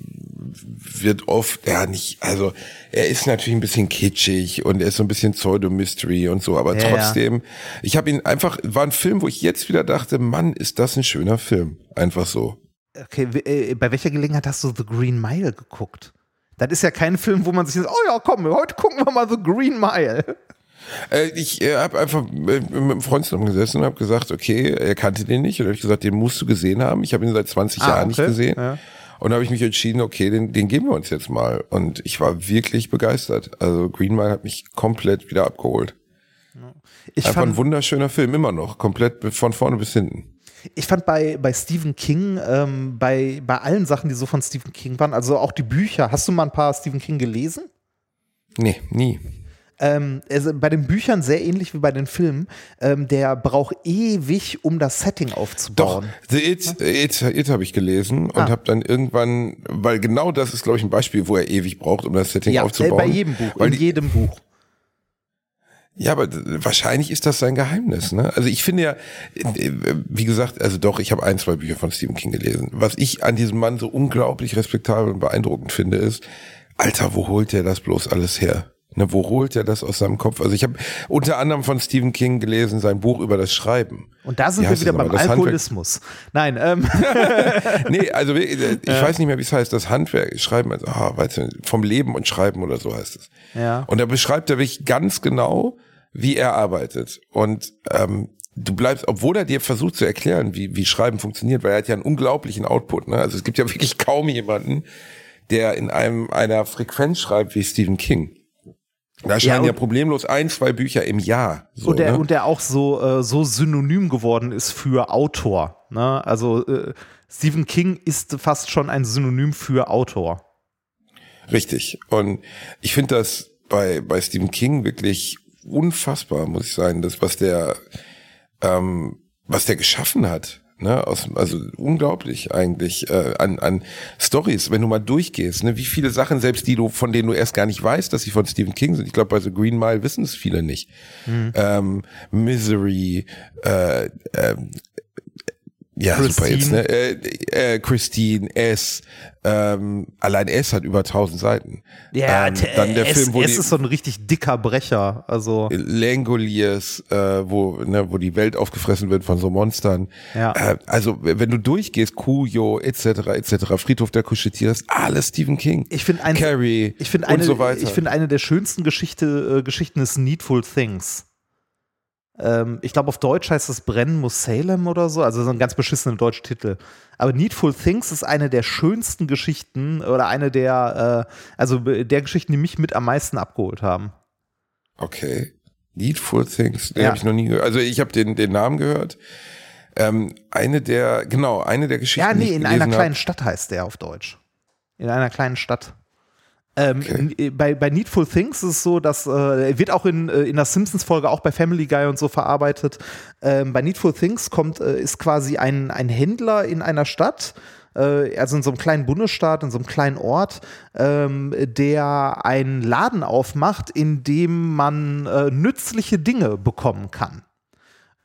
wird oft, er ist natürlich ein bisschen kitschig und er ist so ein bisschen Pseudo-Mystery und so, aber trotzdem, ich habe ihn einfach, war ein Film, wo ich jetzt wieder dachte, Mann, ist das ein schöner Film. Einfach so. Okay, bei welcher Gelegenheit hast du The Green Mile geguckt? Das ist ja kein Film, wo man sich sagt, oh ja, komm, heute gucken wir mal The Green Mile. Ich habe einfach mit einem Freund zusammengesessen und habe gesagt, okay, er kannte den nicht. Und habe ich gesagt, den musst du gesehen haben. Ich habe ihn seit 20 Jahren nicht gesehen. Ja. Und habe ich mich entschieden, okay, den geben wir uns jetzt mal. Und ich war wirklich begeistert. Also Green Mile hat mich komplett wieder abgeholt. Einfach ein wunderschöner Film, immer noch. Komplett von vorne bis hinten. Ich fand bei Stephen King, bei allen Sachen, die so von Stephen King waren, also auch die Bücher, hast du mal ein paar Stephen King gelesen? Nee, nie. Also bei den Büchern sehr ähnlich wie bei den Filmen, der braucht ewig, um das Setting aufzubauen. Doch, The It habe ich gelesen und habe dann irgendwann, weil genau das ist, glaube ich, ein Beispiel, wo er ewig braucht, um das Setting aufzubauen. Bei jedem Buch, in jedem Buch. Ja, aber wahrscheinlich ist das sein Geheimnis, ne? Also ich finde ja, wie gesagt, also doch, ich habe 1, 2 Bücher von Stephen King gelesen. Was ich an diesem Mann so unglaublich respektabel und beeindruckend finde, ist, Alter, wo holt der das bloß alles her? Ne, wo holt er das aus seinem Kopf? Also ich habe unter anderem von Stephen King gelesen, sein Buch über das Schreiben. Und da sind wir wieder beim Alkoholismus. Nein, nee, also ich weiß nicht mehr, wie es heißt, das Handwerk, Schreiben, also, weißt du, vom Leben und Schreiben oder so heißt es. Ja. Und da beschreibt er wirklich ganz genau, wie er arbeitet. Und du bleibst, obwohl er dir versucht zu erklären, wie Schreiben funktioniert, weil er hat ja einen unglaublichen Output. Ne? Also es gibt ja wirklich kaum jemanden, der in einer Frequenz schreibt wie Stephen King. Da erscheinen ja problemlos 1, 2 Bücher im Jahr. So, und der auch so synonym geworden ist für Autor. Ne? Also Stephen King ist fast schon ein Synonym für Autor. Richtig. Und ich finde das bei Stephen King wirklich unfassbar, muss ich sagen, das, was der geschaffen hat. Ne, also unglaublich eigentlich an Storys, wenn du mal durchgehst, ne, wie viele Sachen, selbst von denen du erst gar nicht weißt, dass sie von Stephen King sind. Ich glaube, bei The Green Mile wissen es viele nicht. Misery, ja, Christine. Super jetzt, ne? Christine, S. Allein S hat über 1000 Seiten. Ja, dann der Film, wo S ist so ein richtig dicker Brecher. Also Langoliers, wo die Welt aufgefressen wird von so Monstern. Ja. Also wenn du durchgehst, Cujo, etc., Friedhof der Kuscheltiere, das ist alles Stephen King. Carrie und so weiter. Ich finde eine der schönsten Geschichten ist Needful Things. Ich glaube, auf Deutsch heißt es Brennen muss Salem oder so, also so ein ganz beschissener deutscher Titel. Aber Needful Things ist eine der schönsten Geschichten oder eine der Geschichten, die mich mit am meisten abgeholt haben. Okay. Needful Things, den habe ich noch nie gehört. Also ich habe den Namen gehört. Eine der Geschichten. Ja, nee, in einer kleinen Stadt heißt der auf Deutsch. In einer kleinen Stadt. Okay. Bei Needful Things ist es so, dass wird auch in der Simpsons-Folge auch bei Family Guy und so verarbeitet. Bei Needful Things ist quasi ein Händler in einer Stadt, also in so einem kleinen Bundesstaat, in so einem kleinen Ort, der einen Laden aufmacht, in dem man nützliche Dinge bekommen kann.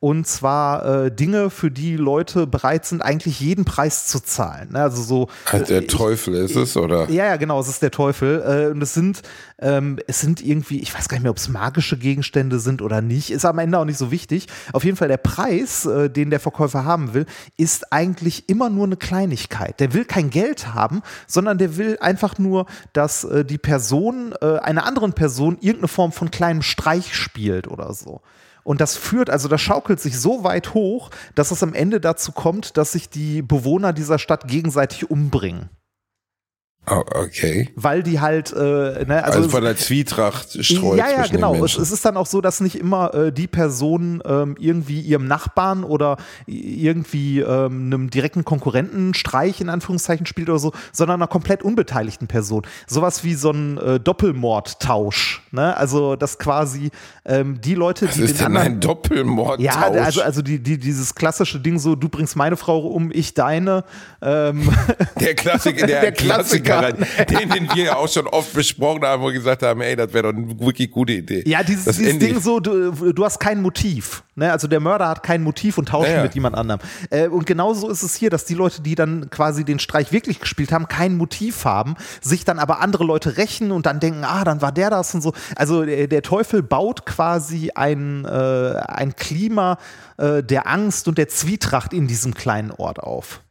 und zwar Dinge, für die Leute bereit sind, eigentlich jeden Preis zu zahlen. Ne? Also so. Der Teufel ist es, oder? Ja, genau, es ist der Teufel. Und es sind irgendwie, ich weiß gar nicht mehr, ob es magische Gegenstände sind oder nicht, ist am Ende auch nicht so wichtig. Auf jeden Fall der Preis, den der Verkäufer haben will, ist eigentlich immer nur eine Kleinigkeit. Der will kein Geld haben, sondern der will einfach nur, dass die Person, einer anderen Person irgendeine Form von kleinem Streich spielt oder so. Und das schaukelt sich so weit hoch, dass es am Ende dazu kommt, dass sich die Bewohner dieser Stadt gegenseitig umbringen. Oh, okay. Weil die halt, also von der Zwietracht streut. Ja, genau. Es ist dann auch so, dass nicht immer die Person irgendwie ihrem Nachbarn oder irgendwie einem direkten Konkurrenten Streich in Anführungszeichen spielt oder so, sondern einer komplett unbeteiligten Person. Sowas wie so ein Doppelmordtausch. Ne? Also, dass quasi die Leute, die ist denn ein Doppelmordtausch? Ja, also dieses klassische Ding so, du bringst meine Frau um, ich deine. Der Klassiker, der Klassiker. Den wir ja auch schon oft besprochen haben und gesagt haben, ey, das wäre doch eine wirklich gute Idee. Ja, dieses Ding so, du hast kein Motiv. Ne? Also der Mörder hat kein Motiv und tauscht mit jemand anderem. Und genauso ist es hier, dass die Leute, die dann quasi den Streich wirklich gespielt haben, kein Motiv haben, sich dann aber andere Leute rächen und dann denken, dann war der das und so. Also der Teufel baut quasi ein Klima der Angst und der Zwietracht in diesem kleinen Ort auf.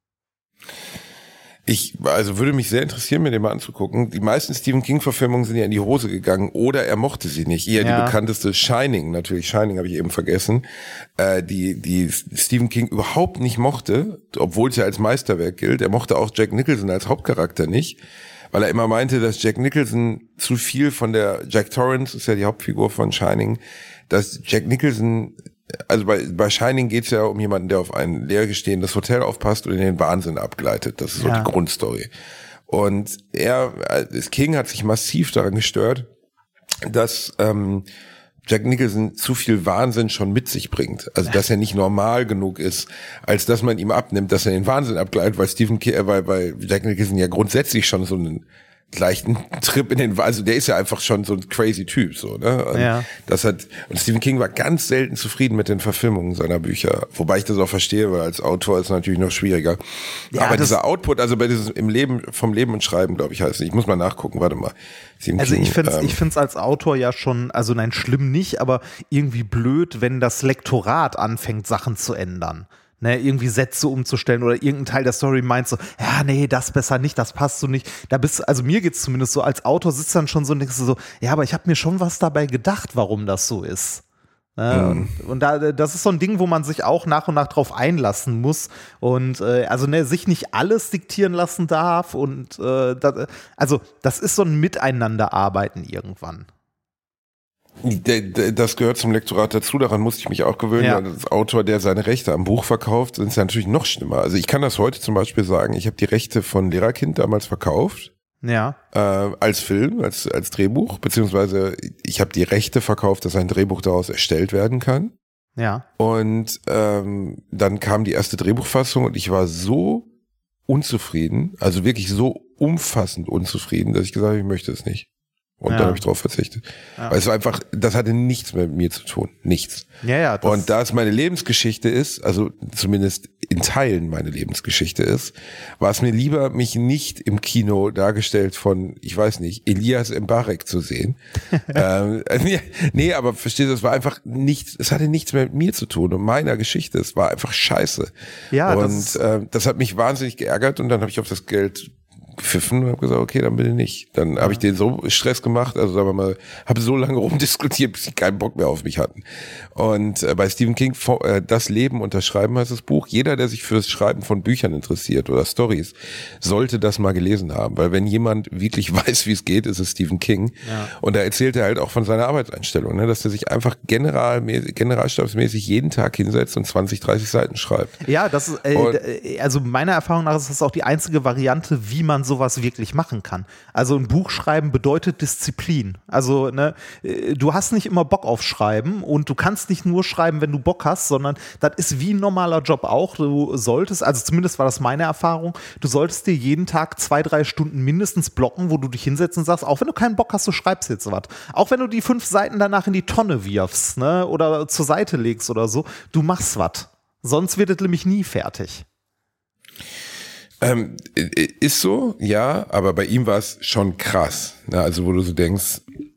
Würde mich sehr interessieren, mir den mal anzugucken. Die meisten Stephen King-Verfilmungen sind ja in die Hose gegangen oder er mochte sie nicht. Die bekannteste Shining, natürlich Shining habe ich eben vergessen, die Stephen King überhaupt nicht mochte, obwohl es ja als Meisterwerk gilt. Er mochte auch Jack Nicholson als Hauptcharakter nicht, weil er immer meinte, dass Jack Nicholson zu viel von der, Jack Torrance ist ja die Hauptfigur von Shining, dass Jack Nicholson, also bei Shining geht's ja um jemanden, der auf ein leergestehendes Hotel aufpasst und in den Wahnsinn abgleitet. Das ist so die Grundstory. Und King hat sich massiv daran gestört, dass Jack Nicholson zu viel Wahnsinn schon mit sich bringt. Also dass er nicht normal genug ist, als dass man ihm abnimmt, dass er den Wahnsinn abgleitet, weil Jack Nicholson ja grundsätzlich schon so einen leichten Trip also der ist ja einfach schon so ein crazy Typ, so, ne? Und Stephen King war ganz selten zufrieden mit den Verfilmungen seiner Bücher, wobei ich das auch verstehe, weil als Autor ist es natürlich noch schwieriger. Ja, aber dieser Output, also bei diesem vom Leben und Schreiben, glaube ich, heißt es. Ich muss mal nachgucken, warte mal. Ich find's als Autor ja schon, also nein, schlimm nicht, aber irgendwie blöd, wenn das Lektorat anfängt, Sachen zu ändern. Ne, irgendwie Sätze umzustellen oder irgendein Teil der Story meint so, ja, nee, das besser nicht, das passt so nicht. Also mir geht's zumindest so, als Autor sitzt dann schon so und denkst du so, ja, aber ich habe mir schon was dabei gedacht, warum das so ist. Ne? Und das ist so ein Ding, wo man sich auch nach und nach drauf einlassen muss und sich nicht alles diktieren lassen darf und das ist so ein Miteinanderarbeiten irgendwann. Das gehört zum Lektorat dazu, daran musste ich mich auch gewöhnen. Ja. Als Autor, der seine Rechte am Buch verkauft, sind es ja natürlich noch schlimmer. Also ich kann das heute zum Beispiel sagen, ich habe die Rechte von Lehrerkind damals verkauft. Ja. Als Film, als Drehbuch, beziehungsweise ich habe die Rechte verkauft, dass ein Drehbuch daraus erstellt werden kann. Ja. Und dann kam die erste Drehbuchfassung und ich war so unzufrieden, also wirklich so umfassend unzufrieden, dass ich gesagt habe, ich möchte es nicht. Und dann habe ich drauf verzichtet. Ja. Weil es war einfach, das hatte nichts mehr mit mir zu tun. Nichts. Ja, und da es meine Lebensgeschichte ist, also zumindest in Teilen meine Lebensgeschichte ist, war es mir lieber, mich nicht im Kino dargestellt von, ich weiß nicht, Elias Mbarek zu sehen. Nee, aber verstehst du, es war einfach nichts, es hatte nichts mehr mit mir zu tun und meiner Geschichte. Es war einfach scheiße. Ja, und das hat mich wahnsinnig geärgert und dann habe ich auf das Geld gepfiffen und habe gesagt, okay, dann bitte nicht. Dann habe ich denen so Stress gemacht, also sagen wir mal, habe so lange rumdiskutiert, bis sie keinen Bock mehr auf mich hatten. Und bei Stephen King, Das Leben unterschreiben heißt das Buch. Jeder, der sich für das Schreiben von Büchern interessiert oder Stories, sollte das mal gelesen haben, weil wenn jemand wirklich weiß, wie es geht, ist es Stephen King. Ja. Und da erzählt er halt auch von seiner Arbeitseinstellung, ne, dass er sich einfach generalstabsmäßig jeden Tag hinsetzt und 20, 30 Seiten schreibt. Ja, das ist, also meiner Erfahrung nach ist das auch die einzige Variante, wie man man sowas wirklich machen kann. Also ein Buch schreiben bedeutet Disziplin. Also ne, du hast nicht immer Bock auf Schreiben und du kannst nicht nur schreiben, wenn du Bock hast, sondern das ist wie ein normaler Job auch. Du solltest, also zumindest war das meine Erfahrung, du solltest dir jeden Tag 2-3 Stunden mindestens blocken, wo du dich hinsetzt und sagst, auch wenn du keinen Bock hast, du schreibst jetzt was. Auch wenn du die 5 Seiten danach in die Tonne wirfst, ne, oder zur Seite legst oder so, du machst was. Sonst wird es nämlich nie fertig. Ist so, ja, aber bei ihm war es schon krass. Ne? Also wo du so denkst,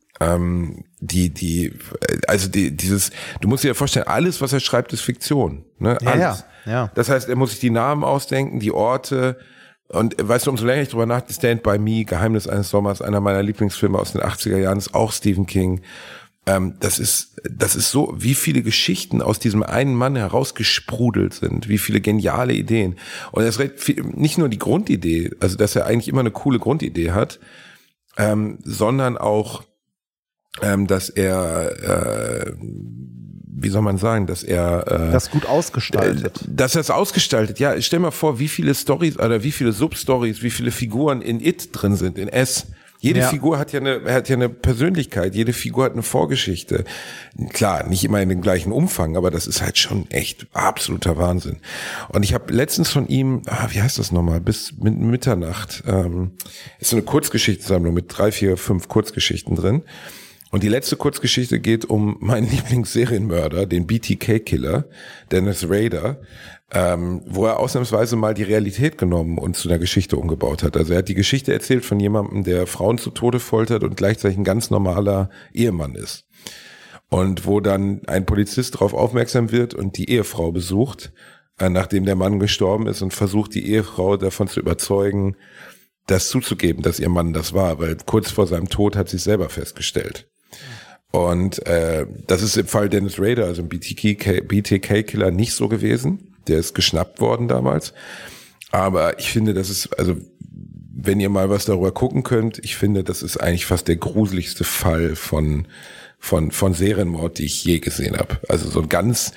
dieses, du musst dir ja vorstellen, alles, was er schreibt, ist Fiktion. Ne? Alles. Ja. Das heißt, er muss sich die Namen ausdenken, die Orte. Und weißt du, umso länger ich drüber nachdenke, Stand by Me, Geheimnis eines Sommers, einer meiner Lieblingsfilme aus den 80er Jahren, ist auch Stephen King. Das ist so, wie viele Geschichten aus diesem einen Mann herausgesprudelt sind, wie viele geniale Ideen. Und er ist nicht nur die Grundidee, also dass er eigentlich immer eine coole Grundidee hat, sondern auch, dass er, wie soll man sagen, dass er das gut ausgestaltet. Dass er es ausgestaltet. Ja, stell mal vor, wie viele Stories oder wie viele Substories, wie viele Figuren in It drin sind, in S. Jede Figur hat ja eine Persönlichkeit, jede Figur hat eine Vorgeschichte. Klar, nicht immer in dem gleichen Umfang, aber das ist halt schon echt absoluter Wahnsinn. Und ich habe letztens von ihm, wie heißt das nochmal, bis Mitternacht, ist so eine Kurzgeschichtensammlung mit 3, 4, 5 Kurzgeschichten drin. Und die letzte Kurzgeschichte geht um meinen Lieblingsserienmörder, den BTK-Killer, Dennis Rader, wo er ausnahmsweise mal die Realität genommen und zu einer Geschichte umgebaut hat. Also er hat die Geschichte erzählt von jemandem, der Frauen zu Tode foltert und gleichzeitig ein ganz normaler Ehemann ist. Und wo dann ein Polizist darauf aufmerksam wird und die Ehefrau besucht, nachdem der Mann gestorben ist, und versucht, die Ehefrau davon zu überzeugen, das zuzugeben, dass ihr Mann das war, weil kurz vor seinem Tod hat sie es selber festgestellt. Und das ist im Fall Dennis Rader, also ein BTK-Killer, nicht so gewesen. Der ist geschnappt worden damals. Aber ich finde, das ist, also wenn ihr mal was darüber gucken könnt, ich finde, das ist eigentlich fast der gruseligste Fall von Serienmord, die ich je gesehen habe. Also so ein ganz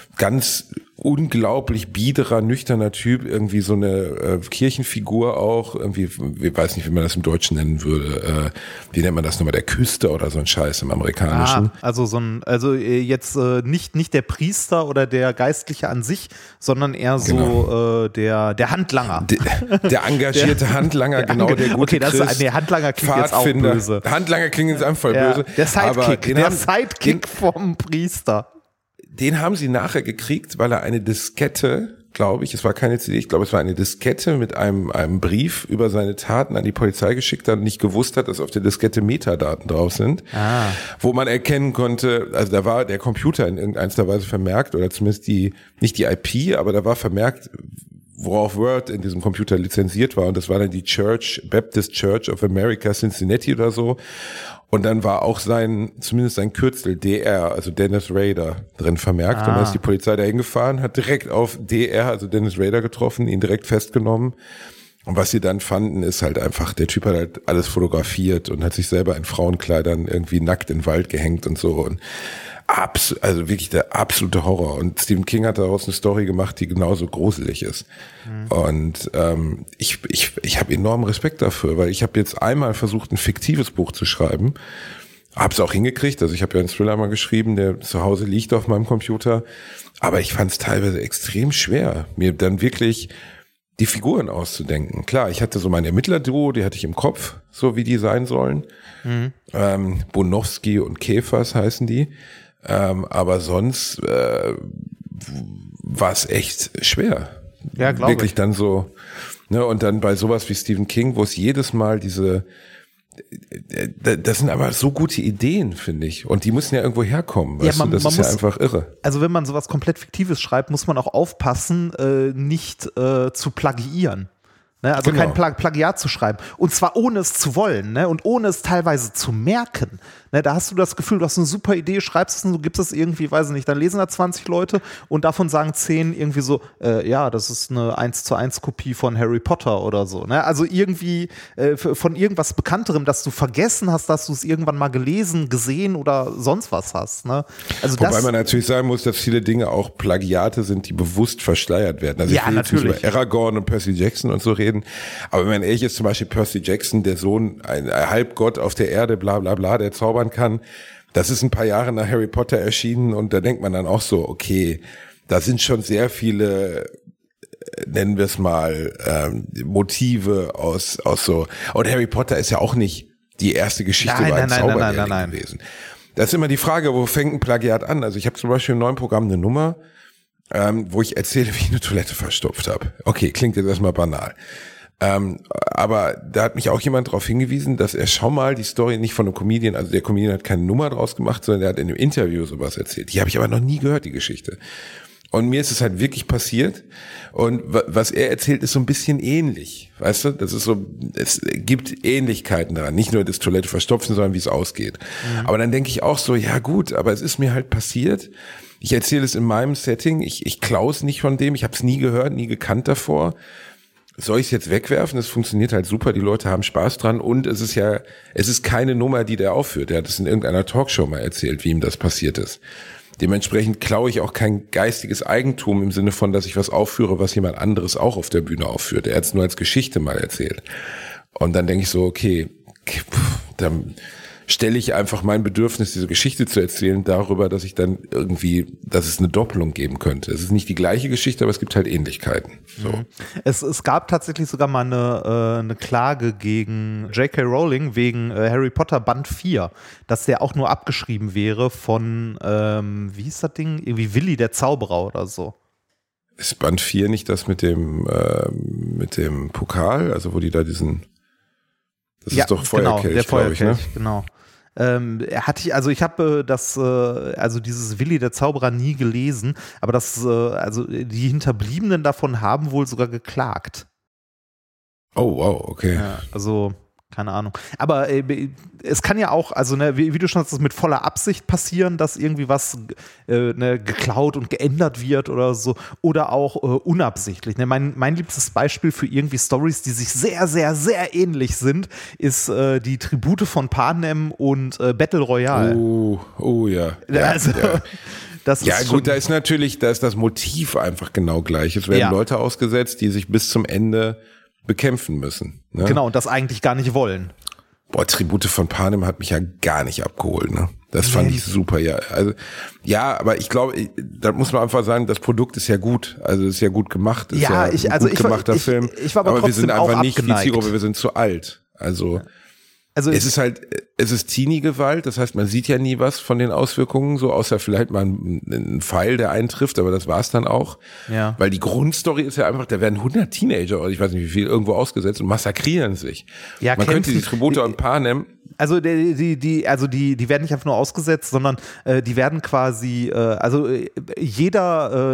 unglaublich biederer, nüchterner Typ, irgendwie so eine Kirchenfigur auch, irgendwie, ich weiß nicht, wie man das im Deutschen nennen würde, wie nennt man das nochmal, der Küster oder so ein Scheiß im Amerikanischen. Also jetzt nicht der Priester oder der Geistliche an sich, sondern eher so der Handlanger. Der engagierte Handlanger, genau, der gute Christ. Handlanger klingt jetzt auch böse. Handlanger klingt jetzt einfach böse. Der Sidekick vom Priester. Den haben sie nachher gekriegt, weil er eine Diskette, glaube ich, es war keine CD, ich glaube, es war eine Diskette mit einem Brief über seine Taten an die Polizei geschickt hat und nicht gewusst hat, dass auf der Diskette Metadaten drauf sind, wo man erkennen konnte, also da war der Computer in irgendeiner Weise vermerkt, oder zumindest nicht die IP, aber da war vermerkt, worauf Word in diesem Computer lizenziert war, und das war dann die Baptist Church of America, Cincinnati oder so. Und dann war auch zumindest sein Kürzel DR, also Dennis Rader, drin vermerkt. Und dann ist die Polizei da hingefahren, hat direkt auf DR, also Dennis Rader, getroffen, ihn direkt festgenommen. Und was sie dann fanden, ist halt einfach, der Typ hat halt alles fotografiert und hat sich selber in Frauenkleidern irgendwie nackt in den Wald gehängt und so. Und also wirklich der absolute Horror. Und Stephen King hat daraus eine Story gemacht, die genauso gruselig ist. Und ich habe enormen Respekt dafür, weil ich habe jetzt einmal versucht, ein fiktives Buch zu schreiben. Habe es auch hingekriegt. Also ich habe ja einen Thriller mal geschrieben, der zu Hause liegt auf meinem Computer. Aber ich fand es teilweise extrem schwer, mir dann wirklich die Figuren auszudenken. Klar, ich hatte so mein Ermittlerduo, die hatte ich im Kopf, so wie die sein sollen. Bonowski und Käfers heißen die. Aber sonst war es echt schwer. Ja, glaube ich. Wirklich dann so, ne, und dann bei sowas wie Stephen King, wo es jedes Mal das sind aber so gute Ideen, finde ich. Und die müssen ja irgendwo herkommen. Weißt du? Das ist ja einfach irre. Also wenn man sowas komplett Fiktives schreibt, muss man auch aufpassen, nicht zu plagiieren. Ne? Also kein Plagiat zu schreiben. Und zwar ohne es zu wollen, ne? Und ohne es teilweise zu merken. Ne? Da hast du das Gefühl, du hast eine super Idee, schreibst es und du gibst es irgendwie, weiß ich nicht, dann lesen da 20 Leute und davon sagen 10 irgendwie so, ja, das ist eine 1:1 Kopie von Harry Potter oder so. Ne? Also irgendwie von irgendwas Bekannterem, dass du vergessen hast, dass du es irgendwann mal gelesen, gesehen oder sonst was hast. Ne? Also wobei man natürlich sagen muss, dass viele Dinge auch Plagiate sind, die bewusst verschleiert werden. Also ja, ich will jetzt nicht über Aragorn und Percy Jackson und so reden, reden. Aber wenn man ehrlich ist, zum Beispiel Percy Jackson, der Sohn, ein Halbgott auf der Erde, bla bla bla, der zaubern kann, das ist ein paar Jahre nach Harry Potter erschienen und da denkt man dann auch so, okay, da sind schon sehr viele, nennen wir es mal, Motive aus so. Und Harry Potter ist ja auch nicht die erste Geschichte über einen Zauberlehrling gewesen. Das ist immer die Frage, wo fängt ein Plagiat an? Also ich habe zum Beispiel im neuen Programm eine Nummer, wo ich erzähle, wie ich eine Toilette verstopft habe. Okay, klingt jetzt erstmal banal. Aber da hat mich auch jemand darauf hingewiesen, dass er schon mal die Story nicht von einem Comedian, also der Comedian hat keine Nummer draus gemacht, sondern er hat in einem Interview sowas erzählt. Die habe ich aber noch nie gehört, die Geschichte. Und mir ist es halt wirklich passiert. Und was er erzählt, ist so ein bisschen ähnlich. Weißt du, das ist so, es gibt Ähnlichkeiten daran. Nicht nur das Toilette verstopfen, sondern wie es ausgeht. Mhm. Aber dann denke ich auch so, ja gut, aber es ist mir halt passiert. Ich erzähle es in meinem Setting. Ich klaue es nicht von dem. Ich habe es nie gehört, nie gekannt davor. Soll ich es jetzt wegwerfen? Das funktioniert halt super. Die Leute haben Spaß dran. Und es ist keine Nummer, die der aufführt. Der hat es in irgendeiner Talkshow mal erzählt, wie ihm das passiert ist. Dementsprechend klaue ich auch kein geistiges Eigentum im Sinne von, dass ich was aufführe, was jemand anderes auch auf der Bühne aufführt. Er hat es nur als Geschichte mal erzählt. Und dann denke ich so, okay, dann stelle ich einfach mein Bedürfnis, diese Geschichte zu erzählen, darüber, dass ich dann irgendwie, dass es eine Doppelung geben könnte. Es ist nicht die gleiche Geschichte, aber es gibt halt Ähnlichkeiten. So. Es gab tatsächlich sogar mal eine Klage gegen J.K. Rowling wegen Harry Potter Band 4, dass der auch nur abgeschrieben wäre von, wie hieß das Ding? Irgendwie Willi der Zauberer oder so. Ist Band 4 nicht das mit dem Pokal, also wo die da das ist doch Feuerkelch, genau, der Feuerkelch, ich, ne? Genau. Ich habe dieses Willi der Zauberer nie gelesen, aber die Hinterbliebenen davon haben wohl sogar geklagt. Oh, wow, okay. Ja, also, keine Ahnung. Aber es kann ja auch, also wie du schon sagst, mit voller Absicht passieren, dass irgendwie was geklaut und geändert wird oder so. Oder auch unabsichtlich. Mein liebstes Beispiel für irgendwie Stories, die sich sehr, sehr, sehr ähnlich sind, ist die Tribute von Panem und Battle Royale. Oh ja. Also, ja. Das ja ist gut, da ist das Motiv einfach genau gleich. Es werden Leute ausgesetzt, die sich bis zum Ende bekämpfen müssen. Ne? Genau, und das eigentlich gar nicht wollen. Boah, Tribute von Panem hat mich ja gar nicht abgeholt, ne? Das fand ich super, ja. Also, ja, aber ich glaube, da muss man einfach sagen, das Produkt ist ja gut. Also, ist ja gut gemacht. Ist ja ein gut gemachter Film. Ich war aber wir sind einfach nicht abgeneigt. die Zielgruppe, wir sind zu alt. Also es ist Teenie-Gewalt, das heißt, man sieht ja nie was von den Auswirkungen, so außer vielleicht mal ein Pfeil, der eintrifft, aber das war's dann auch. Ja. Weil die Grundstory ist ja einfach, da werden 100 Teenager, oder ich weiß nicht wie viel, irgendwo ausgesetzt und massakrieren sich. Ja, man könnte die Tribute an Panem. Also die werden nicht einfach nur ausgesetzt, sondern die werden quasi, jeder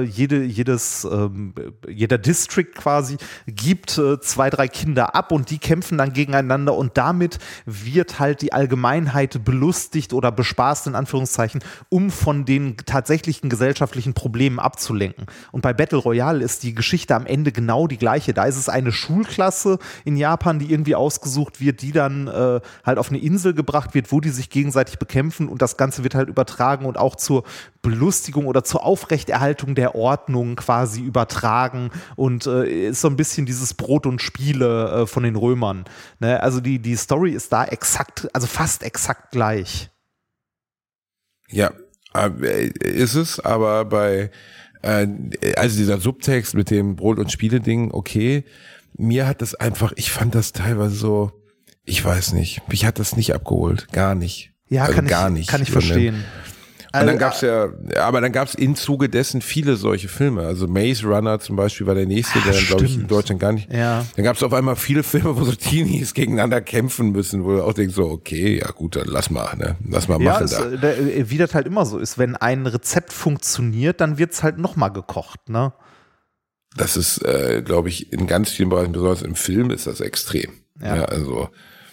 District quasi gibt 2, 3 Kinder ab und die kämpfen dann gegeneinander und damit wird halt die Allgemeinheit belustigt oder bespaßt in Anführungszeichen, um von den tatsächlichen gesellschaftlichen Problemen abzulenken. Und bei Battle Royale ist die Geschichte am Ende genau die gleiche. Da ist es eine Schulklasse in Japan, die irgendwie ausgesucht wird, die dann halt auf eine Insel gebracht wird, wo die sich gegenseitig bekämpfen und das Ganze wird halt übertragen und auch zur Belustigung oder zur Aufrechterhaltung der Ordnung quasi übertragen und ist so ein bisschen dieses Brot und Spiele von den Römern. Ne? Also die Story ist da fast exakt gleich. Ja, ist es, aber also dieser Subtext mit dem Brot- und Spiele-Ding, okay, mir hat das einfach, ich fand das teilweise so, ich weiß nicht, mich hat das nicht abgeholt, gar nicht. Ja, also kann ich verstehen. Und dann gab's im Zuge dessen viele solche Filme. Also Maze Runner zum Beispiel war der nächste, der dann, glaube ich, in Deutschland gar nicht. Ja. Dann gab's auf einmal viele Filme, wo so Teenies gegeneinander kämpfen müssen, wo du auch denkst so, okay, ja gut, dann lass mal machen da. Wie das halt immer so ist, wenn ein Rezept funktioniert, dann wird's halt nochmal gekocht, ne? Das ist, glaube ich, in ganz vielen Bereichen, besonders im Film, ist das extrem. Ja, also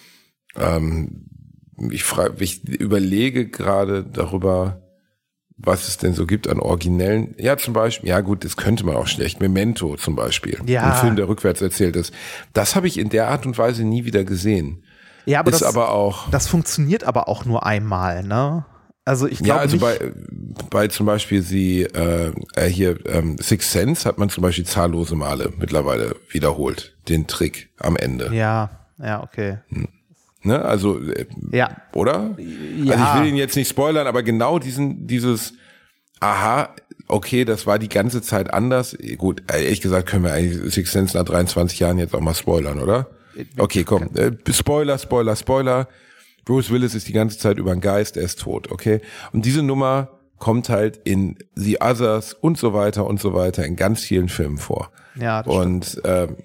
ich überlege gerade darüber, was es denn so gibt an originellen, ja zum Beispiel, ja gut, das könnte man auch schlecht, Memento zum Beispiel, ein Film, der rückwärts erzählt ist. Das habe ich in der Art und Weise nie wieder gesehen. Ja, aber das funktioniert aber auch nur einmal, ne? Also ich glaube also bei zum Beispiel Sixth Sense hat man zum Beispiel zahllose Male mittlerweile wiederholt, den Trick am Ende. Ja, okay. Ne? Also, oder? Ja. Also ich will ihn jetzt nicht spoilern, aber genau dieses aha, okay, das war die ganze Zeit anders. Gut, ehrlich gesagt können wir eigentlich Sixth Sense nach 23 Jahren jetzt auch mal spoilern, oder? Okay, komm. Spoiler. Bruce Willis ist die ganze Zeit über einen Geist, er ist tot, okay? Und diese Nummer kommt halt in The Others und so weiter in ganz vielen Filmen vor. Ja, das und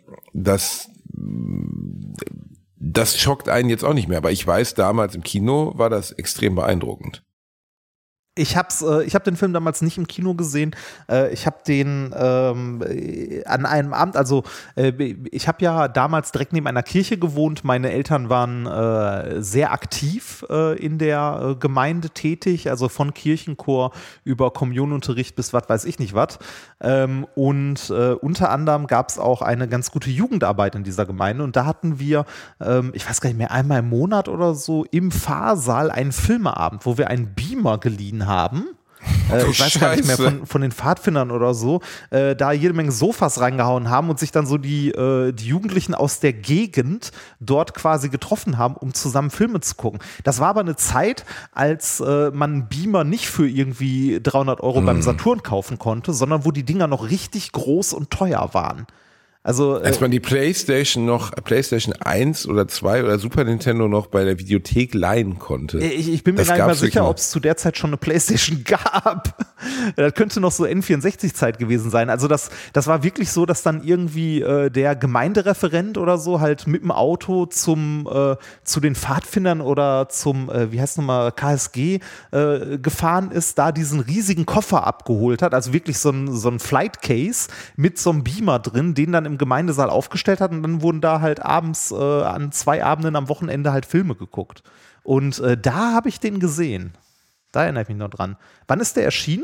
das schockt einen jetzt auch nicht mehr, aber ich weiß, damals im Kino war das extrem beeindruckend. Ich hab den Film damals nicht im Kino gesehen. Ich habe den an einem Abend, also ich habe ja damals direkt neben einer Kirche gewohnt. Meine Eltern waren sehr aktiv in der Gemeinde tätig, also von Kirchenchor über Kommunionunterricht bis was weiß ich nicht was. Und unter anderem gab es auch eine ganz gute Jugendarbeit in dieser Gemeinde. Und da hatten wir, ich weiß gar nicht mehr, einmal im Monat oder so im Pfarrsaal einen Filmeabend, wo wir einen Beamer geliehen haben. Ich weiß gar nicht mehr, von den Pfadfindern oder so, da jede Menge Sofas reingehauen haben und sich dann so die Jugendlichen aus der Gegend dort quasi getroffen haben, um zusammen Filme zu gucken. Das war aber eine Zeit, als man einen Beamer nicht für irgendwie 300 € beim Saturn kaufen konnte, sondern wo die Dinger noch richtig groß und teuer waren. Also, als man die PlayStation 1 oder 2 oder Super Nintendo noch bei der Videothek leihen konnte. Ich bin mir gar nicht mal sicher, ob es zu der Zeit schon eine PlayStation gab. Das könnte noch so N64-Zeit gewesen sein. Also das war wirklich so, dass dann irgendwie der Gemeindereferent oder so halt mit dem Auto zu den Pfadfindern oder zum, wie heißt nochmal, KSG gefahren ist, da diesen riesigen Koffer abgeholt hat. Also wirklich so ein Flight Case mit so einem Beamer drin, den dann im Gemeindesaal aufgestellt hat und dann wurden da halt abends an 2 Abenden am Wochenende halt Filme geguckt. Und da habe ich den gesehen. Da erinnere ich mich noch dran. Wann ist der erschienen?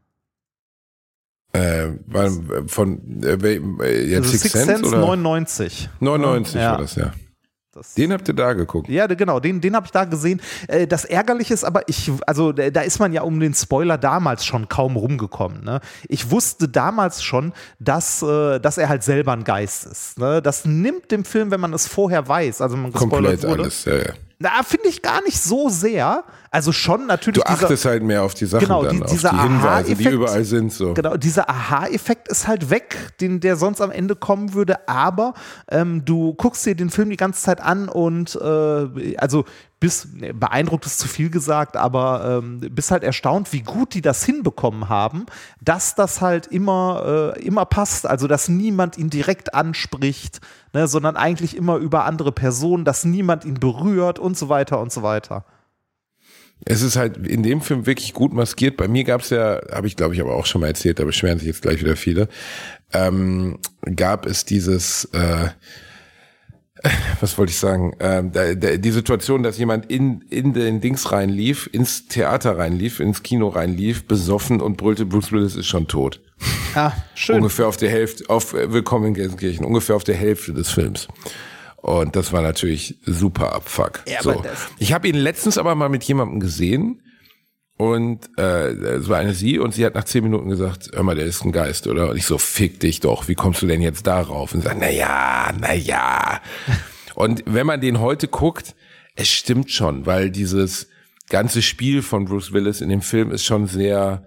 Sixth Sense oder? 99. 99 war das, ja. Den habt ihr da geguckt? Ja, genau, den habe ich da gesehen. Das Ärgerliche ist aber, da ist man ja um den Spoiler damals schon kaum rumgekommen. Ne? Ich wusste damals schon, dass er halt selber ein Geist ist. Ne? Das nimmt dem Film, wenn man es vorher weiß, also wenn man gespoilert komplett wurde. Alles, ja. Na, finde ich gar nicht so sehr. Also schon natürlich. Du achtest halt mehr auf die Sachen, genau, dann, dieser auf die Hinweise, die überall sind. So. Genau, dieser Aha-Effekt ist halt weg, der sonst am Ende kommen würde. Aber du guckst dir den Film die ganze Zeit an und beeindruckt ist zu viel gesagt, aber bist halt erstaunt, wie gut die das hinbekommen haben, dass das halt immer passt. Also, dass niemand ihn direkt anspricht, ne, sondern eigentlich immer über andere Personen, dass niemand ihn berührt und so weiter und so weiter. Es ist halt in dem Film wirklich gut maskiert. Bei mir gab es ja, habe ich glaube ich aber auch schon mal erzählt, da beschweren sich jetzt gleich wieder viele, gab es dieses was wollte ich sagen? Die Situation, dass jemand in den Dings reinlief, ins Theater reinlief, ins Kino reinlief, besoffen und brüllte, Bruce Willis ist schon tot. Ah, schön. Ungefähr auf der Hälfte, Willkommen in Gelsenkirchen, ungefähr auf der Hälfte des Films. Und das war natürlich super Abfuck. Ja, so. Ich habe ihn letztens aber mal mit jemandem gesehen und es war sie und sie hat nach 10 Minuten gesagt, hör mal, der ist ein Geist, oder? Und ich so, fick dich doch, wie kommst du denn jetzt darauf? Und sagt, naja. Und wenn man den heute guckt, es stimmt schon, weil dieses ganze Spiel von Bruce Willis in dem Film ist schon sehr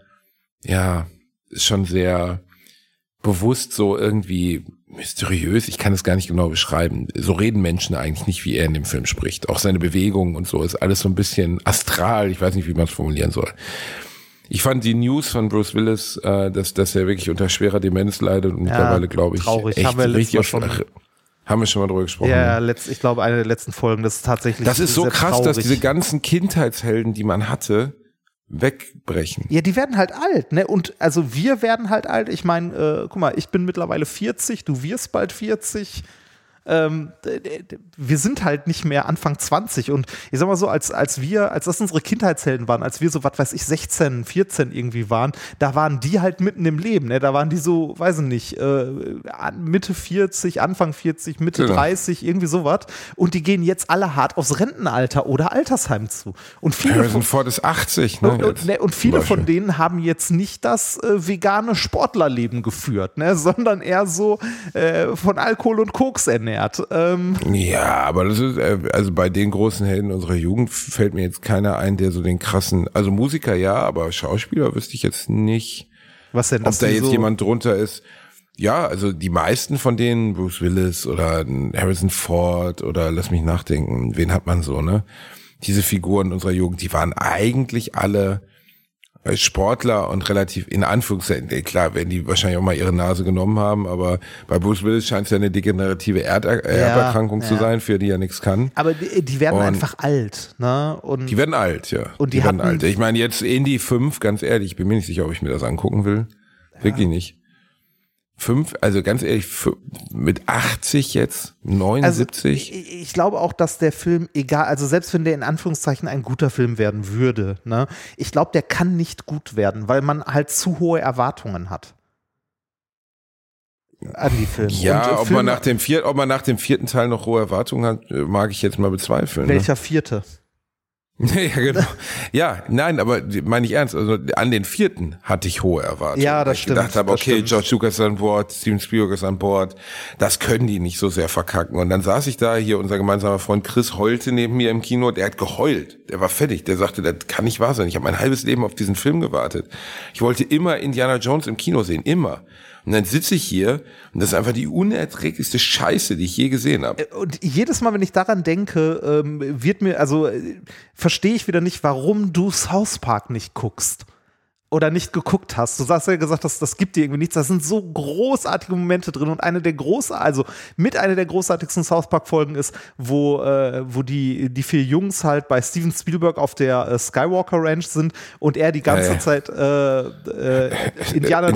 bewusst so irgendwie mysteriös, ich kann es gar nicht genau beschreiben. So reden Menschen eigentlich nicht, wie er in dem Film spricht. Auch seine Bewegungen und so ist alles so ein bisschen astral, ich weiß nicht, wie man es formulieren soll. Ich fand die News von Bruce Willis, dass er wirklich unter schwerer Demenz leidet und mittlerweile, glaube ich, traurig. echt richtig haben wir schon mal drüber gesprochen. Ja, ich glaube, eine der letzten Folgen, das ist tatsächlich das ist so krass, traurig. Dass diese ganzen Kindheitshelden, die man hatte, wegbrechen. Ja, die werden halt alt, ne? Und also wir werden halt alt. Ich meine, guck mal, ich bin mittlerweile 40, du wirst bald 40. wir sind halt nicht mehr Anfang 20 und ich sag mal so, als das unsere Kindheitshelden waren, als wir so, was weiß ich, 16, 14 irgendwie waren, da waren die halt mitten im Leben, ne? Da waren die so, weiß ich nicht, Mitte 40, Anfang 40, Mitte 30, irgendwie sowas und die gehen jetzt alle hart aufs Rentenalter oder Altersheim zu. Und viele Harrison Ford ist 80, ne? Und viele von denen haben jetzt nicht das vegane Sportlerleben geführt, ne? Sondern eher so von Alkohol und Koks ernährt. Ja, aber das ist, also bei den großen Helden unserer Jugend fällt mir jetzt keiner ein, der so den krassen, also Musiker ja, aber Schauspieler wüsste ich jetzt nicht, was denn, ob da jetzt jemand drunter ist. Ja, also die meisten von denen, Bruce Willis oder Harrison Ford oder lass mich nachdenken, wen hat man so, ne? Diese Figuren unserer Jugend, die waren eigentlich alle Sportler und relativ in Anführungszeichen, klar, werden die wahrscheinlich auch mal ihre Nase genommen haben, aber bei Bruce Willis scheint es ja eine degenerative Erberkrankung zu sein, für die er nichts kann. Aber die werden einfach alt, ne? Und die werden alt, ja. Und die werden alt. Ich meine, jetzt Indy 5, ganz ehrlich, ich bin mir nicht sicher, ob ich mir das angucken will. Wirklich nicht. 5, also ganz ehrlich, mit 80 jetzt, 79. Also ich glaube auch, dass der Film, egal, also selbst wenn der in Anführungszeichen ein guter Film werden würde, ne, ich glaube, der kann nicht gut werden, weil man halt zu hohe Erwartungen hat an die Filme. Ja, und, ob man nach dem vierten Teil noch hohe Erwartungen hat, mag ich jetzt mal bezweifeln. Welcher vierte? Ja, genau. Ja, nein, aber meine ich ernst, also an den vierten hatte ich hohe Erwartungen. Ja, das stimmt. Ich gedacht habe, okay, George Lucas ist an Bord, Steven Spielberg ist an Bord, das können die nicht so sehr verkacken. Und dann saß ich da, hier unser gemeinsamer Freund Chris heulte neben mir im Kino, der hat geheult, der war fertig, der sagte, das kann nicht wahr sein, ich habe mein halbes Leben auf diesen Film gewartet. Ich wollte immer Indiana Jones im Kino sehen, immer. Und dann sitze ich hier und das ist einfach die unerträglichste Scheiße, die ich je gesehen habe. Und jedes Mal, wenn ich daran denke, verstehe ich wieder nicht, warum du South Park nicht guckst. Oder nicht geguckt hast. Du hast ja gesagt, das gibt dir irgendwie nichts. Da sind so großartige Momente drin und einer der großartigsten South Park Folgen ist, wo die 4 Jungs halt bei Steven Spielberg auf der Skywalker Ranch sind und er die ganze Zeit Indiana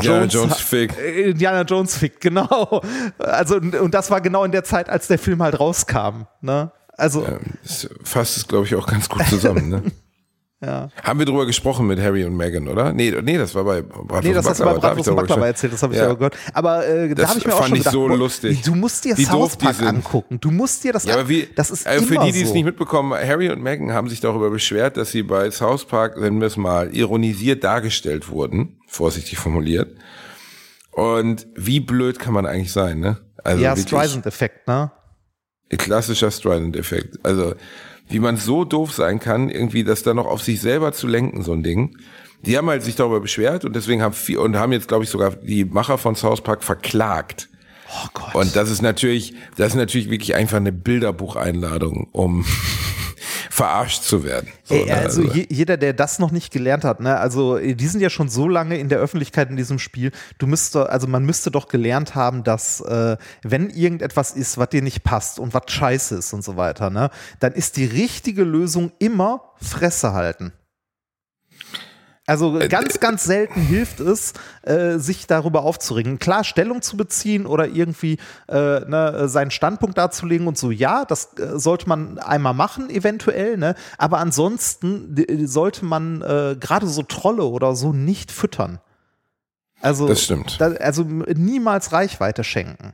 Jones fickt, genau. Also und das war genau in der Zeit, als der Film halt rauskam, ne? Also das fasst es, glaube ich, auch ganz gut zusammen, ne? Ja. Haben wir drüber gesprochen mit Harry und Meghan, oder? Nee, das war bei Bratwurst das hast du bei Bratwurst und Baklava erzählt, das habe ich ja gehört. Aber da habe ich mir auch schon gedacht, so lustig. Du musst dir South Park angucken. Du musst dir das das ist für immer die es nicht mitbekommen, Harry und Meghan haben sich darüber beschwert, dass sie bei South Park, nennen wir es mal, ironisiert dargestellt wurden, vorsichtig formuliert. Und wie blöd kann man eigentlich sein, ne? Also ja, Streisand-Effekt, ne? Klassischer Streisand-Effekt. Also wie man so doof sein kann, irgendwie das dann noch auf sich selber zu lenken, so ein Ding. Die haben halt sich darüber beschwert und deswegen haben jetzt, glaube ich, sogar die Macher von South Park verklagt. Oh Gott. Und das ist natürlich wirklich einfach eine Bilderbucheinladung, um verarscht zu werden. So, also jeder, der das noch nicht gelernt hat, ne, also die sind ja schon so lange in der Öffentlichkeit in diesem Spiel, man müsste doch gelernt haben, dass wenn irgendetwas ist, was dir nicht passt und was scheiße ist und so weiter, ne, dann ist die richtige Lösung immer Fresse halten. Also ganz, ganz selten hilft es, sich darüber aufzuregen. Klar, Stellung zu beziehen oder irgendwie seinen Standpunkt darzulegen und so, ja, das sollte man einmal machen, eventuell, ne? Aber ansonsten sollte man gerade so Trolle oder so nicht füttern. Also, das stimmt. Also niemals Reichweite schenken.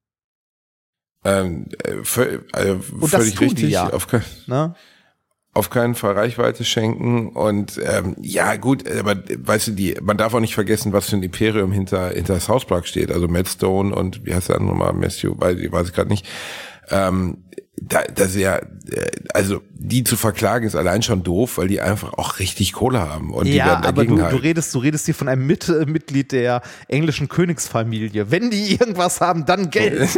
Völlig das richtig. Die ja, Auf keinen Fall Reichweite schenken und ja gut, aber weißt du, man darf auch nicht vergessen, was für ein Imperium hinter South Park steht, also Matt Stone und wie heißt der andere nochmal, Matthew, weiß ich gerade nicht, also die zu verklagen ist allein schon doof, weil die einfach auch richtig Kohle haben und die werden dagegen aber du redest hier von einem Mitglied der englischen Königsfamilie. Wenn die irgendwas haben, dann Geld.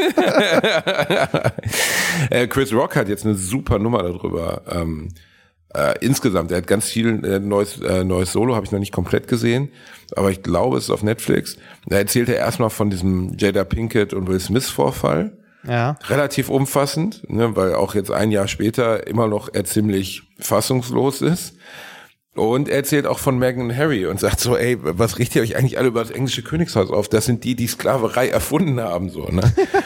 Chris Rock hat jetzt eine super Nummer darüber. Insgesamt, er hat ganz viel neues Solo, habe ich noch nicht komplett gesehen, aber ich glaube, es ist auf Netflix. Da erzählt er erstmal von diesem Jada Pinkett und Will Smith Vorfall. Ja. Relativ umfassend, ne, weil auch jetzt ein Jahr später immer noch er ziemlich fassungslos ist. Und er erzählt auch von Meghan und Harry und sagt so, ey, was richtet ihr euch eigentlich alle über das englische Königshaus auf? Das sind die Sklaverei erfunden haben, so, ne?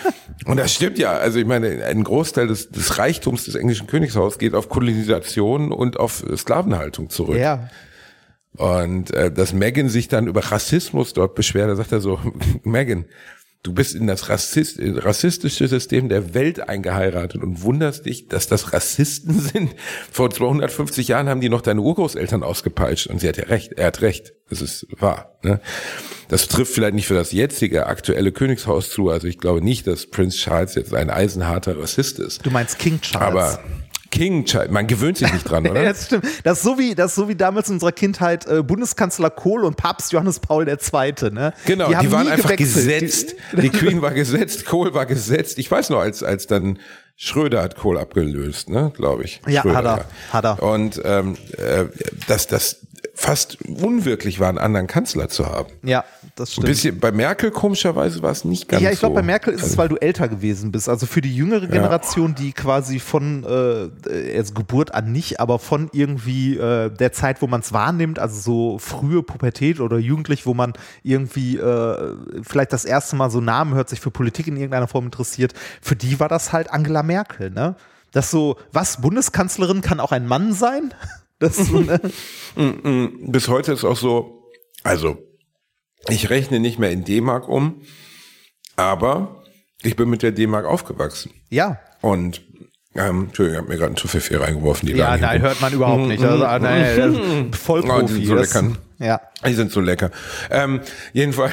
Und das stimmt ja. Also ich meine, ein Großteil des Reichtums des englischen Königshauses geht auf Kolonisation und auf Sklavenhaltung zurück. Ja. Und dass Meghan sich dann über Rassismus dort beschwert, da sagt er so, Meghan, du bist in das rassistische System der Welt eingeheiratet und wunderst dich, dass das Rassisten sind. Vor 250 Jahren haben die noch deine Urgroßeltern ausgepeitscht und sie hat ja recht, er hat recht, das ist wahr. Ne? Das trifft vielleicht nicht für das jetzige aktuelle Königshaus zu, also ich glaube nicht, dass Prince Charles jetzt ein eisenharter Rassist ist. Du meinst King Charles. Aber King Charles, man gewöhnt sich nicht dran, oder? Ja, das stimmt. Das ist so wie damals in unserer Kindheit Bundeskanzler Kohl und Papst Johannes Paul II. Ne? Genau, die waren einfach gesetzt. Die Queen war gesetzt, Kohl war gesetzt. Ich weiß noch, als dann Schröder hat Kohl abgelöst, ne, glaube ich. Ja, Schröder, hat er. Und dass das fast unwirklich war, einen anderen Kanzler zu haben. Ja, das stimmt. Ein bisschen, bei Merkel komischerweise war es nicht ganz so. Ja, ich glaube, bei Merkel ist es, weil du älter gewesen bist. Also für die jüngere Generation, die quasi von Geburt an nicht, aber von irgendwie der Zeit, wo man es wahrnimmt, also so frühe Pubertät oder jugendlich, wo man irgendwie vielleicht das erste Mal so Namen hört, sich für Politik in irgendeiner Form interessiert, für die war das halt Angela Merkel, ne? Das so, was, Bundeskanzlerin kann auch ein Mann sein? Das so, ne? Bis heute ist auch so, also ich rechne nicht mehr in D-Mark um, aber ich bin mit der D-Mark aufgewachsen. Ja. Und Entschuldigung, ich habe mir gerade einen Toffifee reingeworfen. Ja, nein, hört man überhaupt nicht. Also, nein, Vollprofi. Oh, die sind so lecker. Ja. Die sind so lecker. Jedenfalls,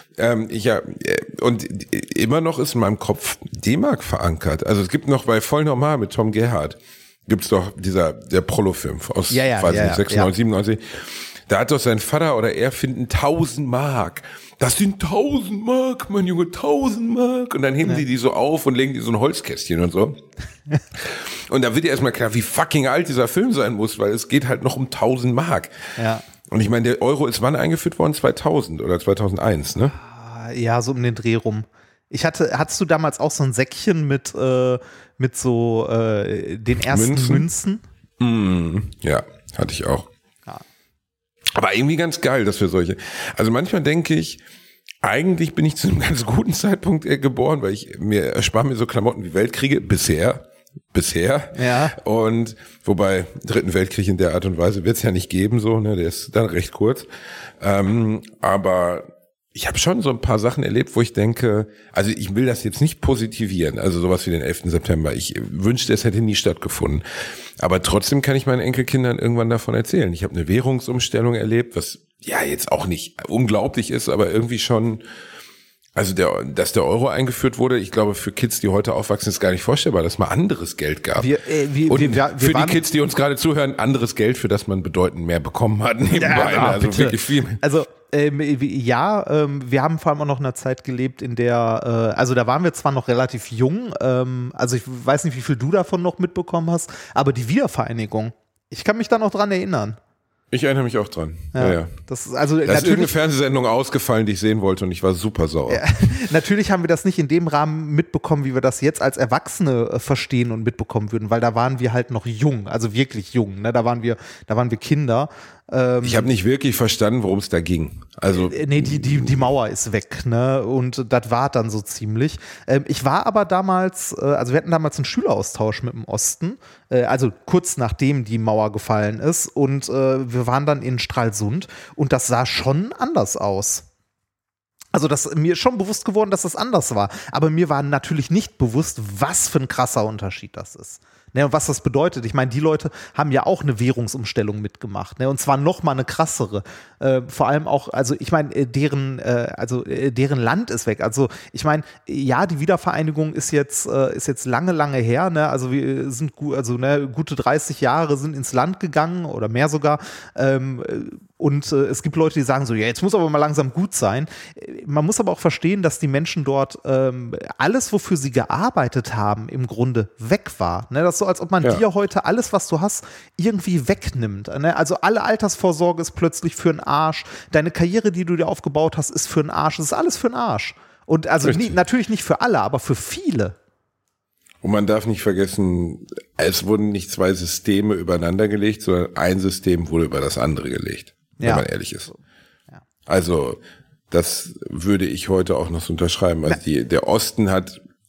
und immer noch ist in meinem Kopf D-Mark verankert. Also es gibt noch bei Voll Normal mit Tom Gerhardt, gibt's doch der Prolo-Film aus, weiß nicht, 96, 97. Da hat doch sein Vater oder er finden 1000 Mark. Das sind 1000 Mark, mein Junge, 1000 Mark. Und dann heben die so auf und legen die so ein Holzkästchen und so. Und da wird ja erstmal klar, wie fucking alt dieser Film sein muss, weil es geht halt noch um 1000 Mark. Ja. Und ich meine, der Euro ist wann eingeführt worden? 2000 oder 2001, ne? Ja, so um den Dreh rum. Hattest du damals auch so ein Säckchen mit so den ersten Münzen? Ja, hatte ich auch. Ja. Aber irgendwie ganz geil, dass wir solche. Also manchmal denke ich, eigentlich bin ich zu einem ganz guten Zeitpunkt geboren, weil ich erspare mir so Klamotten wie Weltkriege bisher. Ja. Und wobei Dritten Weltkrieg in der Art und Weise wird es ja nicht geben, so, ne, der ist dann recht kurz. Aber ich habe schon so ein paar Sachen erlebt, wo ich denke, also ich will das jetzt nicht positivieren, also sowas wie den 11. September. Ich wünschte, es hätte nie stattgefunden. Aber trotzdem kann ich meinen Enkelkindern irgendwann davon erzählen. Ich habe eine Währungsumstellung erlebt, was ja jetzt auch nicht unglaublich ist, aber irgendwie schon, also dass der Euro eingeführt wurde, ich glaube, für Kids, die heute aufwachsen, ist gar nicht vorstellbar, dass es mal anderes Geld gab. Und für die Kids, die uns gerade zuhören, anderes Geld, für das man bedeutend mehr bekommen hat nebenbei. Ja, also bitte. wirklich viel. Also wir haben vor allem auch noch in einer Zeit gelebt, in der, also da waren wir zwar noch relativ jung, also ich weiß nicht, wie viel du davon noch mitbekommen hast, aber die Wiedervereinigung, ich kann mich da noch dran erinnern. Ich erinnere mich auch dran. Ja. Das ist also da ist natürlich irgendeine Fernsehsendung ausgefallen, die ich sehen wollte, und ich war super sauer. Ja, natürlich haben wir das nicht in dem Rahmen mitbekommen, wie wir das jetzt als Erwachsene verstehen und mitbekommen würden, weil da waren wir halt noch jung, also wirklich jung, ne? Da waren wir Kinder. Ich habe nicht wirklich verstanden, worum es da ging. Also nee, die Mauer ist weg, ne? Und das war dann so ziemlich. Ich war aber damals, also wir hatten damals einen Schüleraustausch mit dem Osten, also kurz nachdem die Mauer gefallen ist, und wir waren dann in Stralsund und das sah schon anders aus. Also mir ist schon bewusst geworden, dass das anders war, aber mir war natürlich nicht bewusst, was für ein krasser Unterschied das ist. Ne, und was das bedeutet, ich meine, die Leute haben ja auch eine Währungsumstellung mitgemacht, ne, und zwar noch mal eine krassere. Vor allem auch, also ich meine, deren Land ist weg. Also ich meine, ja, die Wiedervereinigung ist jetzt lange her, ne, also wir sind gute 30 Jahre sind ins Land gegangen oder mehr sogar. Und es gibt Leute, die sagen so, ja, jetzt muss aber mal langsam gut sein. Man muss aber auch verstehen, dass die Menschen dort alles, wofür sie gearbeitet haben, im Grunde weg war. Ne? Das ist so, als ob man dir heute alles, was du hast, irgendwie wegnimmt. Ne? Also alle Altersvorsorge ist plötzlich für einen Arsch. Deine Karriere, die du dir aufgebaut hast, ist für einen Arsch. Das ist alles für einen Arsch. Und also natürlich nicht für alle, aber für viele. Und man darf nicht vergessen, es wurden nicht zwei Systeme übereinander gelegt, sondern ein System wurde über das andere gelegt, wenn man ehrlich ist. Ja. Also das würde ich heute auch noch so unterschreiben. Also der Osten hat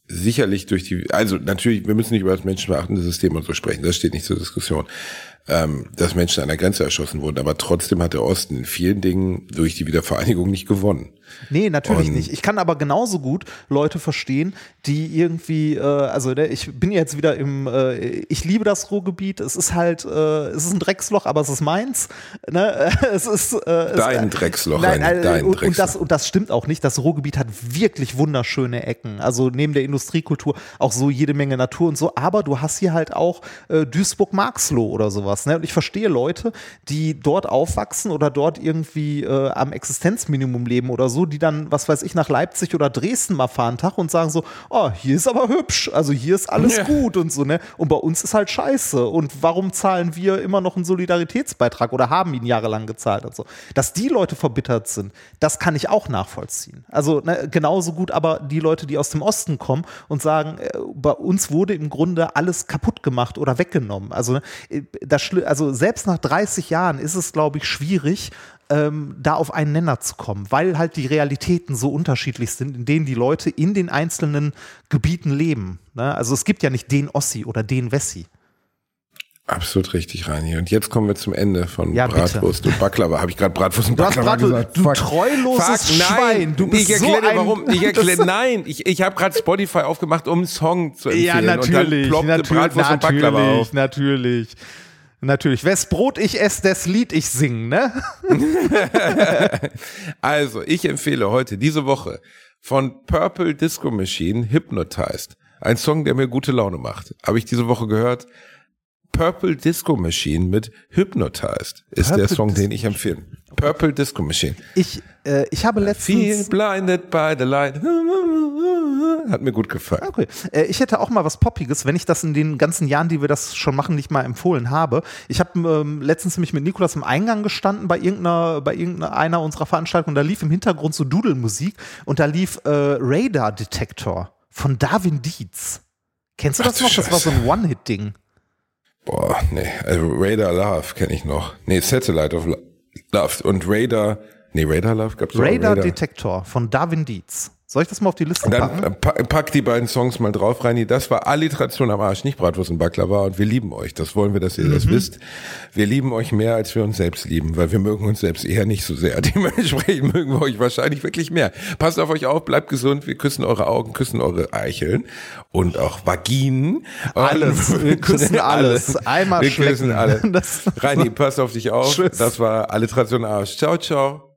sicherlich also natürlich, wir müssen nicht über das menschenverachtende System und so sprechen, das steht nicht zur Diskussion, dass Menschen an der Grenze erschossen wurden, aber trotzdem hat der Osten in vielen Dingen durch die Wiedervereinigung nicht gewonnen. Nee, natürlich nicht. Ich kann aber genauso gut Leute verstehen, die irgendwie, ich bin jetzt wieder ich liebe das Ruhrgebiet, es ist halt, es ist ein Drecksloch, aber es ist meins. Ne? Es ist dein Drecksloch, dein Drecksloch. Und das stimmt auch nicht. Das Ruhrgebiet hat wirklich wunderschöne Ecken. Also neben der Industriekultur auch so jede Menge Natur und so, aber du hast hier halt auch Duisburg-Marxloh oder sowas. Ne? Und ich verstehe Leute, die dort aufwachsen oder dort irgendwie am Existenzminimum leben oder so, die dann, was weiß ich, nach Leipzig oder Dresden mal fahren Tag und sagen so, oh, hier ist aber hübsch, also hier ist alles gut und so, ne? Und bei uns ist halt scheiße. Und warum zahlen wir immer noch einen Solidaritätsbeitrag oder haben ihn jahrelang gezahlt und so? Dass die Leute verbittert sind, das kann ich auch nachvollziehen. Also genauso gut aber die Leute, die aus dem Osten kommen und sagen, bei uns wurde im Grunde alles kaputt gemacht oder weggenommen. Also, also selbst nach 30 Jahren ist es, glaube ich, schwierig, da auf einen Nenner zu kommen, weil halt die Realitäten so unterschiedlich sind, in denen die Leute in den einzelnen Gebieten leben. Ne? Also es gibt ja nicht den Ossi oder den Wessi. Absolut richtig, Reini. Und jetzt kommen wir zum Ende von Bratwurst und Baklava. Habe ich gerade Bratwurst und Baklava gesagt? Du treuloses Schwein. Du bist Nein, ich habe gerade Spotify aufgemacht, um einen Song zu empfehlen. Ja, natürlich. Und dann ploppte Bratwurst und Baklava auf. Natürlich. Wes Brot ich esse, des Lied ich sing, ne? Also, ich empfehle heute, diese Woche, von Purple Disco Machine, Hypnotized. Ein Song, der mir gute Laune macht. Habe ich diese Woche gehört. Purple Disco Machine mit Hypnotized ist der Song, den ich empfehle. Purple Disco Machine. Ich habe letztens... Feel blinded by the light. Hat mir gut gefallen. Okay. Ich hätte auch mal was Poppiges, wenn ich das in den ganzen Jahren, die wir das schon machen, nicht mal empfohlen habe. Ich habe letztens nämlich mit Nikolas im Eingang gestanden bei irgendeiner unserer Veranstaltungen. Da lief im Hintergrund so Dudelmusik und da lief Radar Detector von Darwin Dietz. Kennst du das noch? Das war so ein One-Hit-Ding. Boah, nee. Also Radar Love kenne ich noch. Nee, Satellite of Love. Und Radar Love gab's auch. Radar Detector von Darwin Dietz. Soll ich das mal auf die Liste packen? Dann pack die beiden Songs mal drauf, Reini. Das war Alliteration am Arsch, nicht Bratwurst und Baklava. Und wir lieben euch. Das wollen wir, dass ihr das wisst. Wir lieben euch mehr, als wir uns selbst lieben, weil wir mögen uns selbst eher nicht so sehr. Dementsprechend mögen wir euch wahrscheinlich wirklich mehr. Passt auf euch auf, bleibt gesund. Wir küssen eure Augen, küssen eure Eicheln und auch Vaginen. Alles. Wir küssen alles. Einmal wir schlecken. Küssen alles. Reini, pass auf dich auf. Tschüss. Das war Alliteration am Arsch. Ciao, ciao.